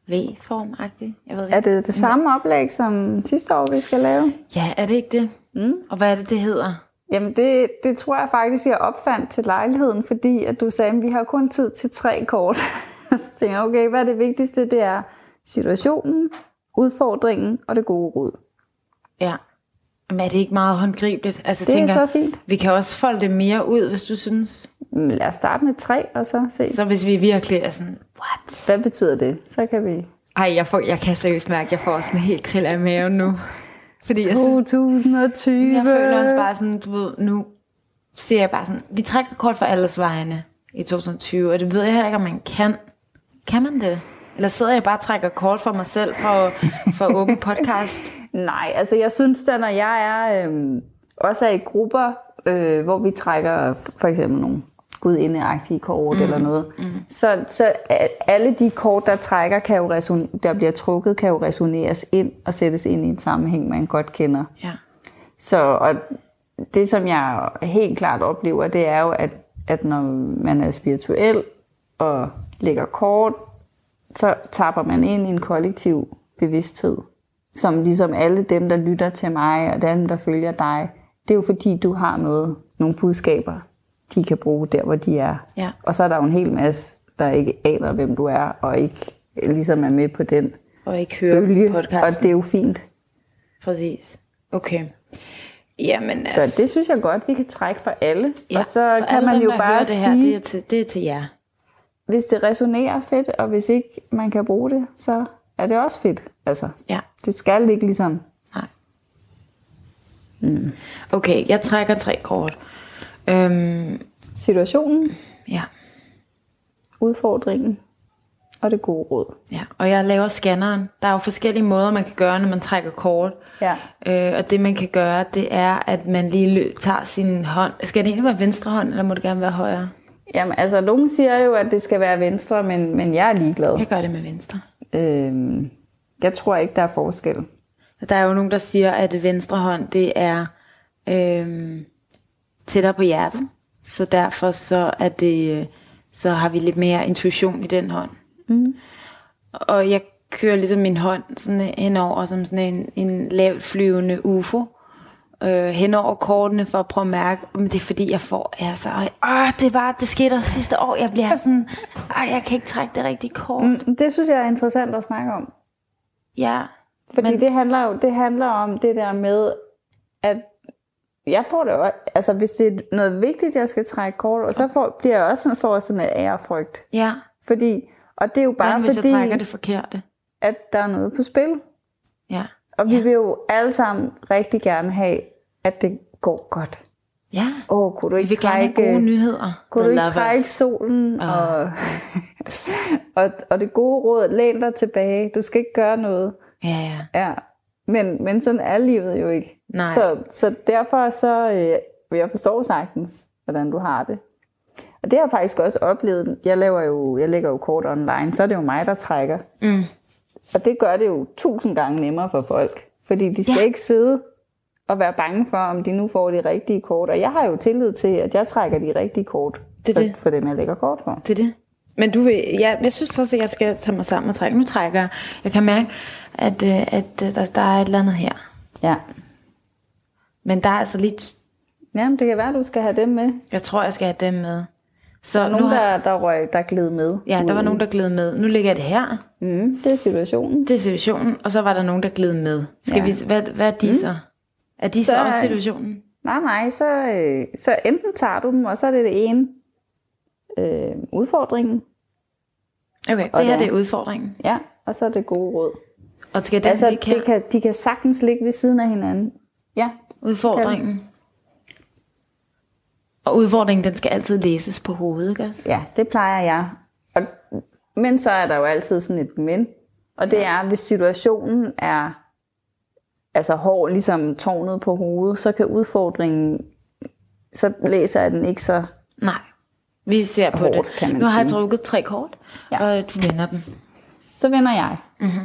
D: V-form-agtigt. Jeg ved ikke.
E: Er det samme oplæg som sidste år, vi skal lave?
D: Ja, er det ikke det? Og hvad er det hedder?
E: Jamen det tror jeg faktisk, jeg opfandt til lejligheden, fordi at du sagde, at vi har kun tid til 3 kort. Så tænkte jeg, okay, hvad er det vigtigste? Det er situationen, udfordringen og det gode råd.
D: Ja. Men er det ikke meget håndgribeligt? Altså,
E: Det er så fint.
D: Vi kan også folde det mere ud, hvis du synes.
E: Lad os starte med 3, og så se.
D: Så hvis vi virkelig er sådan, what?
E: Hvad betyder det? Så kan vi...
D: Ej, jeg kan seriøst mærke, at jeg får sådan en helt krill af maven nu. Fordi
E: 2020.
D: Jeg føler også bare sådan, du ved, nu ser jeg bare sådan, vi trækker kort for alles vegne i 2020, og det ved jeg heller ikke, om man kan. Kan man det? Eller sidder jeg bare og trækker kort for mig selv for åben podcast?
E: Nej, altså jeg synes da, når jeg er også er i grupper, hvor vi trækker for eksempel nogle gudindeagtige kort eller noget, så alle de kort, der trækker, der bliver trukket, kan jo resoneres ind og sættes ind i en sammenhæng, man godt kender.
D: Ja.
E: Så og det, som jeg helt klart oplever, det er jo, at når man er spirituel og lægger kort, så tapper man ind i en kollektiv bevidsthed, som ligesom alle dem, der lytter til mig, og dem, der følger dig, det er jo fordi, du har nogle budskaber, de kan bruge der, hvor de er.
D: Ja.
E: Og så er der jo en hel masse, der ikke aner, hvem du er, og ikke ligesom er med på den
D: Og ikke høre
E: bølge,
D: podcasten.
E: og det er jo fint.
D: Præcis. Okay. Jamen,
E: Så det synes jeg godt, vi kan trække for alle.
D: ja,
E: Og så kan
D: alle
E: man
D: dem,
E: jo
D: der
E: bare
D: hører det her,
E: sige,
D: det er til jer.
E: hvis det resonerer fedt, og hvis ikke man kan bruge det, så er det også fedt. Altså,
D: Ja.
E: det skal ikke ligesom...
D: Nej. Okay, jeg trækker 3 kort.
E: Situationen,
D: Ja.
E: udfordringen og det gode råd.
D: Ja, og jeg laver scanneren. Der er jo forskellige måder, man kan gøre, når man trækker kort.
E: Ja.
D: Og det, man kan gøre, det er, at man lige tager sin hånd. Skal det egentlig være venstre hånd, eller må det gerne være højre?
E: Jamen, altså, nogen siger jo, at det skal være venstre, men jeg er ligeglad.
D: Jeg gør det med venstre.
E: Jeg tror ikke, der er forskel.
D: Der er jo nogen, der siger, at venstre hånd, det er tættere på hjertet. Så derfor så er det, så har vi lidt mere intuition i den hånd. Og jeg kører ligesom min hånd sådan henover som sådan en lavt flyvende UFO. Henover kortene for at prøve at mærke, men det er fordi jeg får, det skete også sidste år, jeg bliver sådan, jeg kan ikke trække det rigtige kort.
E: Det synes jeg er interessant at snakke om.
D: Ja.
E: Fordi det handler om det der med, at jeg får det også, altså hvis det er noget vigtigt, jeg skal trække kort, og så bliver jeg også sådan en ærefrygt.
D: Ja.
E: Fordi, og det er jo bare
D: hvis
E: fordi,
D: jeg trækker det forkerte.
E: at der er noget på spil.
D: Ja.
E: Og vi vil jo alle sammen rigtig gerne have, at det går godt.
D: Ja.
E: Kunne du ikke
D: Vi vil gerne have gode nyheder.
E: Kunne du ikke trække solen og det gode råd, læn dig tilbage. Du skal ikke gøre noget. Ja. Men sådan er livet jo ikke.
D: Nej.
E: Så derfor så vil jeg forstå sagtens, hvordan du har det. Og det har jeg faktisk også oplevet. Jeg lægger jo kort online, så er det jo mig, der trækker. Og det gør det jo 1000 gange nemmere for folk. Fordi de skal ikke sidde og være bange for, om de nu får de rigtige kort. Og jeg har jo tillid til, at jeg trækker de rigtige kort for dem, jeg lægger kort for.
D: Det er det. Men du vil, jeg synes også, at jeg skal tage mig sammen og trække. Nu trækker jeg. Jeg kan mærke, at der er et eller andet her.
E: Ja.
D: Men der er altså lidt...
E: Jamen, det kan være, at du skal have dem med.
D: Jeg tror, jeg skal have dem med. Så
E: der er nogen, der gled med.
D: Ja, der var nogen, der gled med. Nu ligger jeg det her.
E: Det er situationen.
D: Det er situationen, og så var der nogen, der gled med. Skal vi, hvad er de så? Er de så også situationen?
E: Nej, så enten tager du dem, og så er det ene udfordringen.
D: Okay, det her det er udfordringen.
E: Ja, og så er det gode råd.
D: Og skal den ligge her?
E: De kan sagtens ligge ved siden af hinanden. Ja.
D: Udfordringen. Og udfordringen, den skal altid læses på hovedet, ikke?
E: Ja, det plejer jeg. Men så er der jo altid sådan et men. Og det er, hvis situationen er altså hård, ligesom tårnet på hovedet, så kan udfordringen, så læser jeg den ikke så...
D: Nej, vi ser på
E: hårdt,
D: det. Nu har jeg trukket 3 kort, og du vender dem.
E: Så vender jeg.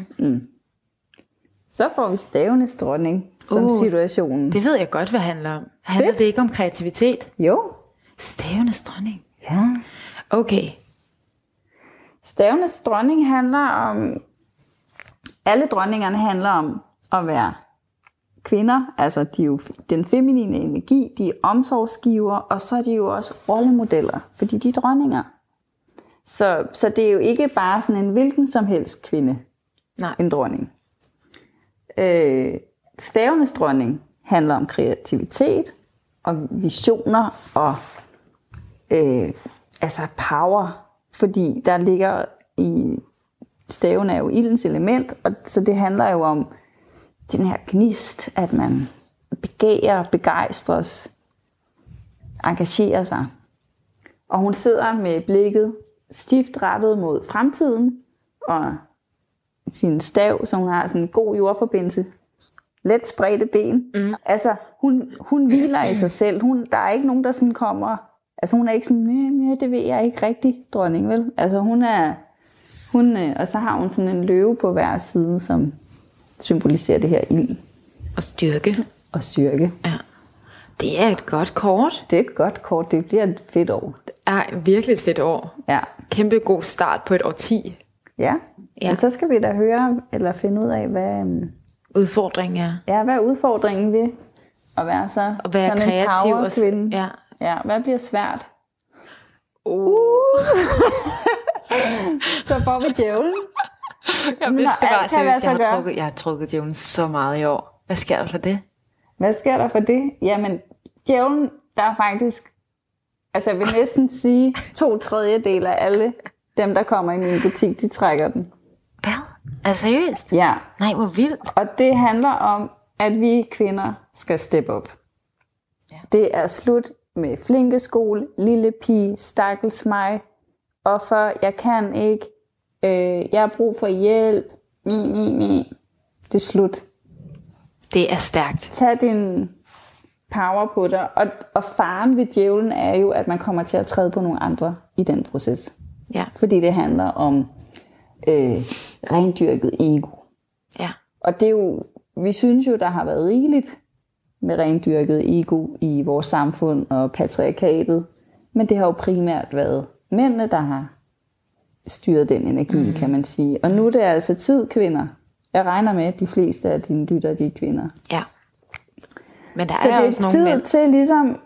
E: Så får vi stavenes dronning som situationen.
D: Det ved jeg godt, hvad handler om. Handler det ikke om kreativitet?
E: Jo.
D: Stavenes dronning?
E: Ja.
D: Okay.
E: Stavenes dronning handler om alle dronningerne handler om at være kvinder, altså de er jo den feminine energi, de er omsorgsgiver, og så er de jo også rollemodeller, fordi de er dronninger. Så det er jo ikke bare sådan en hvilken som helst kvinde, en dronning. Stavenes dronning handler om kreativitet og visioner og altså power, fordi der ligger i staven er jo ildens element, og så det handler jo om den her gnist, at man begærer, begejstres, engagerer sig. Og hun sidder med blikket stift rettet mod fremtiden, og sin stav, så hun har sådan en god jordforbindelse, let spredte ben. Altså, hun hviler i sig selv. Der er ikke nogen, der sådan kommer, altså hun er ikke sådan, det ved jeg ikke rigtig, dronning, vel? Altså og så har hun sådan en løve på hver side, som symboliserer det her ild.
D: Og styrke.
E: Og styrke.
D: Ja. Det er et godt kort.
E: Det er et godt kort. Det bliver et fedt år.
D: Det er virkelig et fedt år.
E: Ja.
D: Kæmpe god start på et årti.
E: Ja. Men så skal vi da høre, eller finde ud af, hvad
D: udfordringen er.
E: Ja, hvad er udfordringen ved at være sådan
D: kreativ
E: en powerkvinde?
D: Ja,
E: hvad bliver svært? Så får vi djævlen.
D: Jeg vidste det bare seriøst. Jeg har trukket djævlen så meget i år. Hvad sker der for det?
E: Hvad sker der for det? Jamen, djævlen, der er faktisk, altså jeg vil næsten sige, 2/3 af alle dem, der kommer i min butik, de trækker den.
D: Hvad? Er det seriøst?
E: Ja.
D: Nej, hvor vildt.
E: Og det handler om, at vi kvinder skal steppe op. Ja. Det er slut med flinkeskole, lille pige, stakkels mig, offer, jeg kan ikke, jeg har brug for hjælp, det er slut.
D: Det er stærkt.
E: Tag din power på dig, og faren ved djævlen er jo, at man kommer til at træde på nogle andre i den proces.
D: Ja.
E: Fordi det handler om rendyrket ego.
D: Ja.
E: Og det er jo, vi synes jo, der har været rigeligt med rendyrket ego i vores samfund og patriarkatet, men det har jo primært været mændene, der har styret den energi, kan man sige. Og nu er det altså tid, kvinder. Jeg regner med, at de fleste af dine lyttere, de er kvinder.
D: Ja. Men der
E: så
D: er også nogle
E: mænd. Så det er tid til ligesom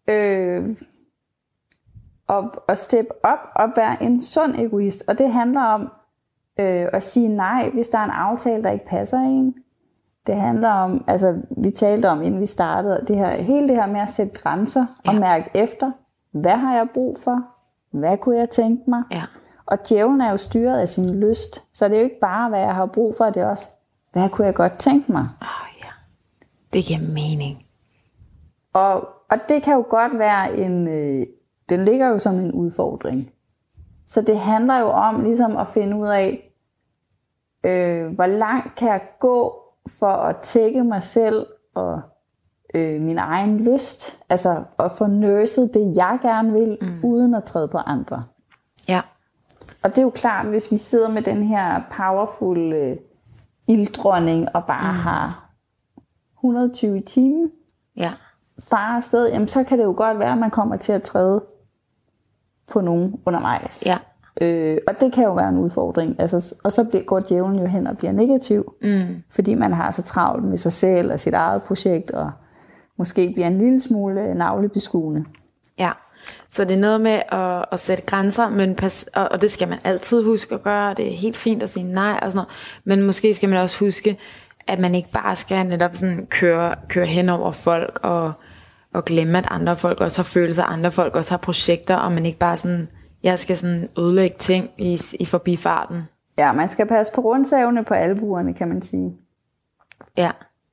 E: at steppe op og være en sund egoist. Og det handler om at sige nej, hvis der er en aftale, der ikke passer en. Det handler om, altså vi talte om, inden vi startede, hele det her med at sætte grænser og mærke efter, hvad har jeg brug for? Hvad kunne jeg tænke mig?
D: Ja.
E: Og djævlen er jo styret af sin lyst, så det er jo ikke bare, hvad jeg har brug for, det er også, hvad kunne jeg godt tænke mig?
D: Ja. Det giver mening.
E: Og det kan jo godt være den ligger jo som en udfordring. Så det handler jo om ligesom at finde ud af, hvor langt kan jeg gå for at tække mig selv og min egen lyst, altså at få nurset det, jeg gerne vil, uden at træde på andre.
D: Ja.
E: Og det er jo klart, hvis vi sidder med den her powerful ilddronning og bare har 120 i timen, far afsted, jamen så kan det jo godt være, at man kommer til at træde på nogen undervejs.
D: Ja.
E: Og det kan jo være en udfordring. Altså, og så går djævlen jo hen og bliver negativ, fordi man har så travlt med sig selv og sit eget projekt, og måske bliver en lille smule navlebeskuende.
D: Ja, så det er noget med at sætte grænser, men og det skal man altid huske at gøre. Det er helt fint at sige nej og sådan noget, men måske skal man også huske, at man ikke bare skal netop sådan køre hen over folk og glemme, at andre folk også har følelser, andre folk også har projekter, og man ikke bare sådan, jeg skal sådan ødelægge ting i forbifarten.
E: Ja, man skal passe på rundsavene på albuerne, kan man sige.
D: Ja.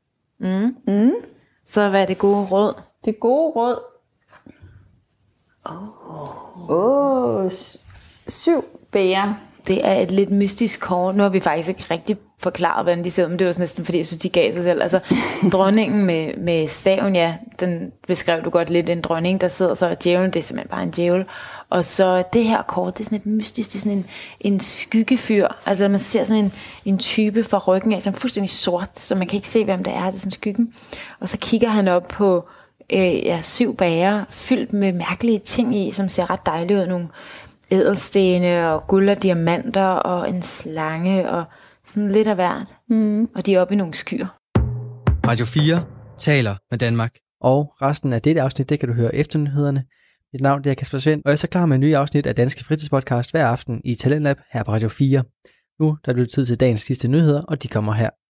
D: Så hvad er det gode råd?
E: Det gode råd. 7 bæger.
D: Det er et lidt mystisk kort. Nu har vi faktisk ikke rigtig forklaret, hvordan de ser ud, men det var næsten fordi, jeg synes, de gav sig selv. Altså, dronningen med staven, ja, den beskrev du godt lidt, en dronning, der sidder så, og djævlen, det er simpelthen bare en djævel. Og så det her kort, det er sådan et mystisk, det er sådan en skyggefyr. Altså, man ser sådan en type fra ryggen af, som er fuldstændig sort, så man kan ikke se, hvem det er sådan skyggen. Og så kigger han op på 7 bager, fyldt med mærkelige ting i, som ser ret dejlige ud. Nogle ædelstene og guld og diamanter og en slange og Sådan lidt af hvert. Og de er oppe i nogle skyer.
A: Radio 4 taler med Danmark. Og resten af dette afsnit, det kan du høre efter nyhederne. Mit navn det er Kasper Svind, og jeg er så klar med en ny afsnit af Danske Fritidspodcast hver aften i Talentlab her på Radio 4. Nu der er det tid til dagens sidste nyheder, og de kommer her.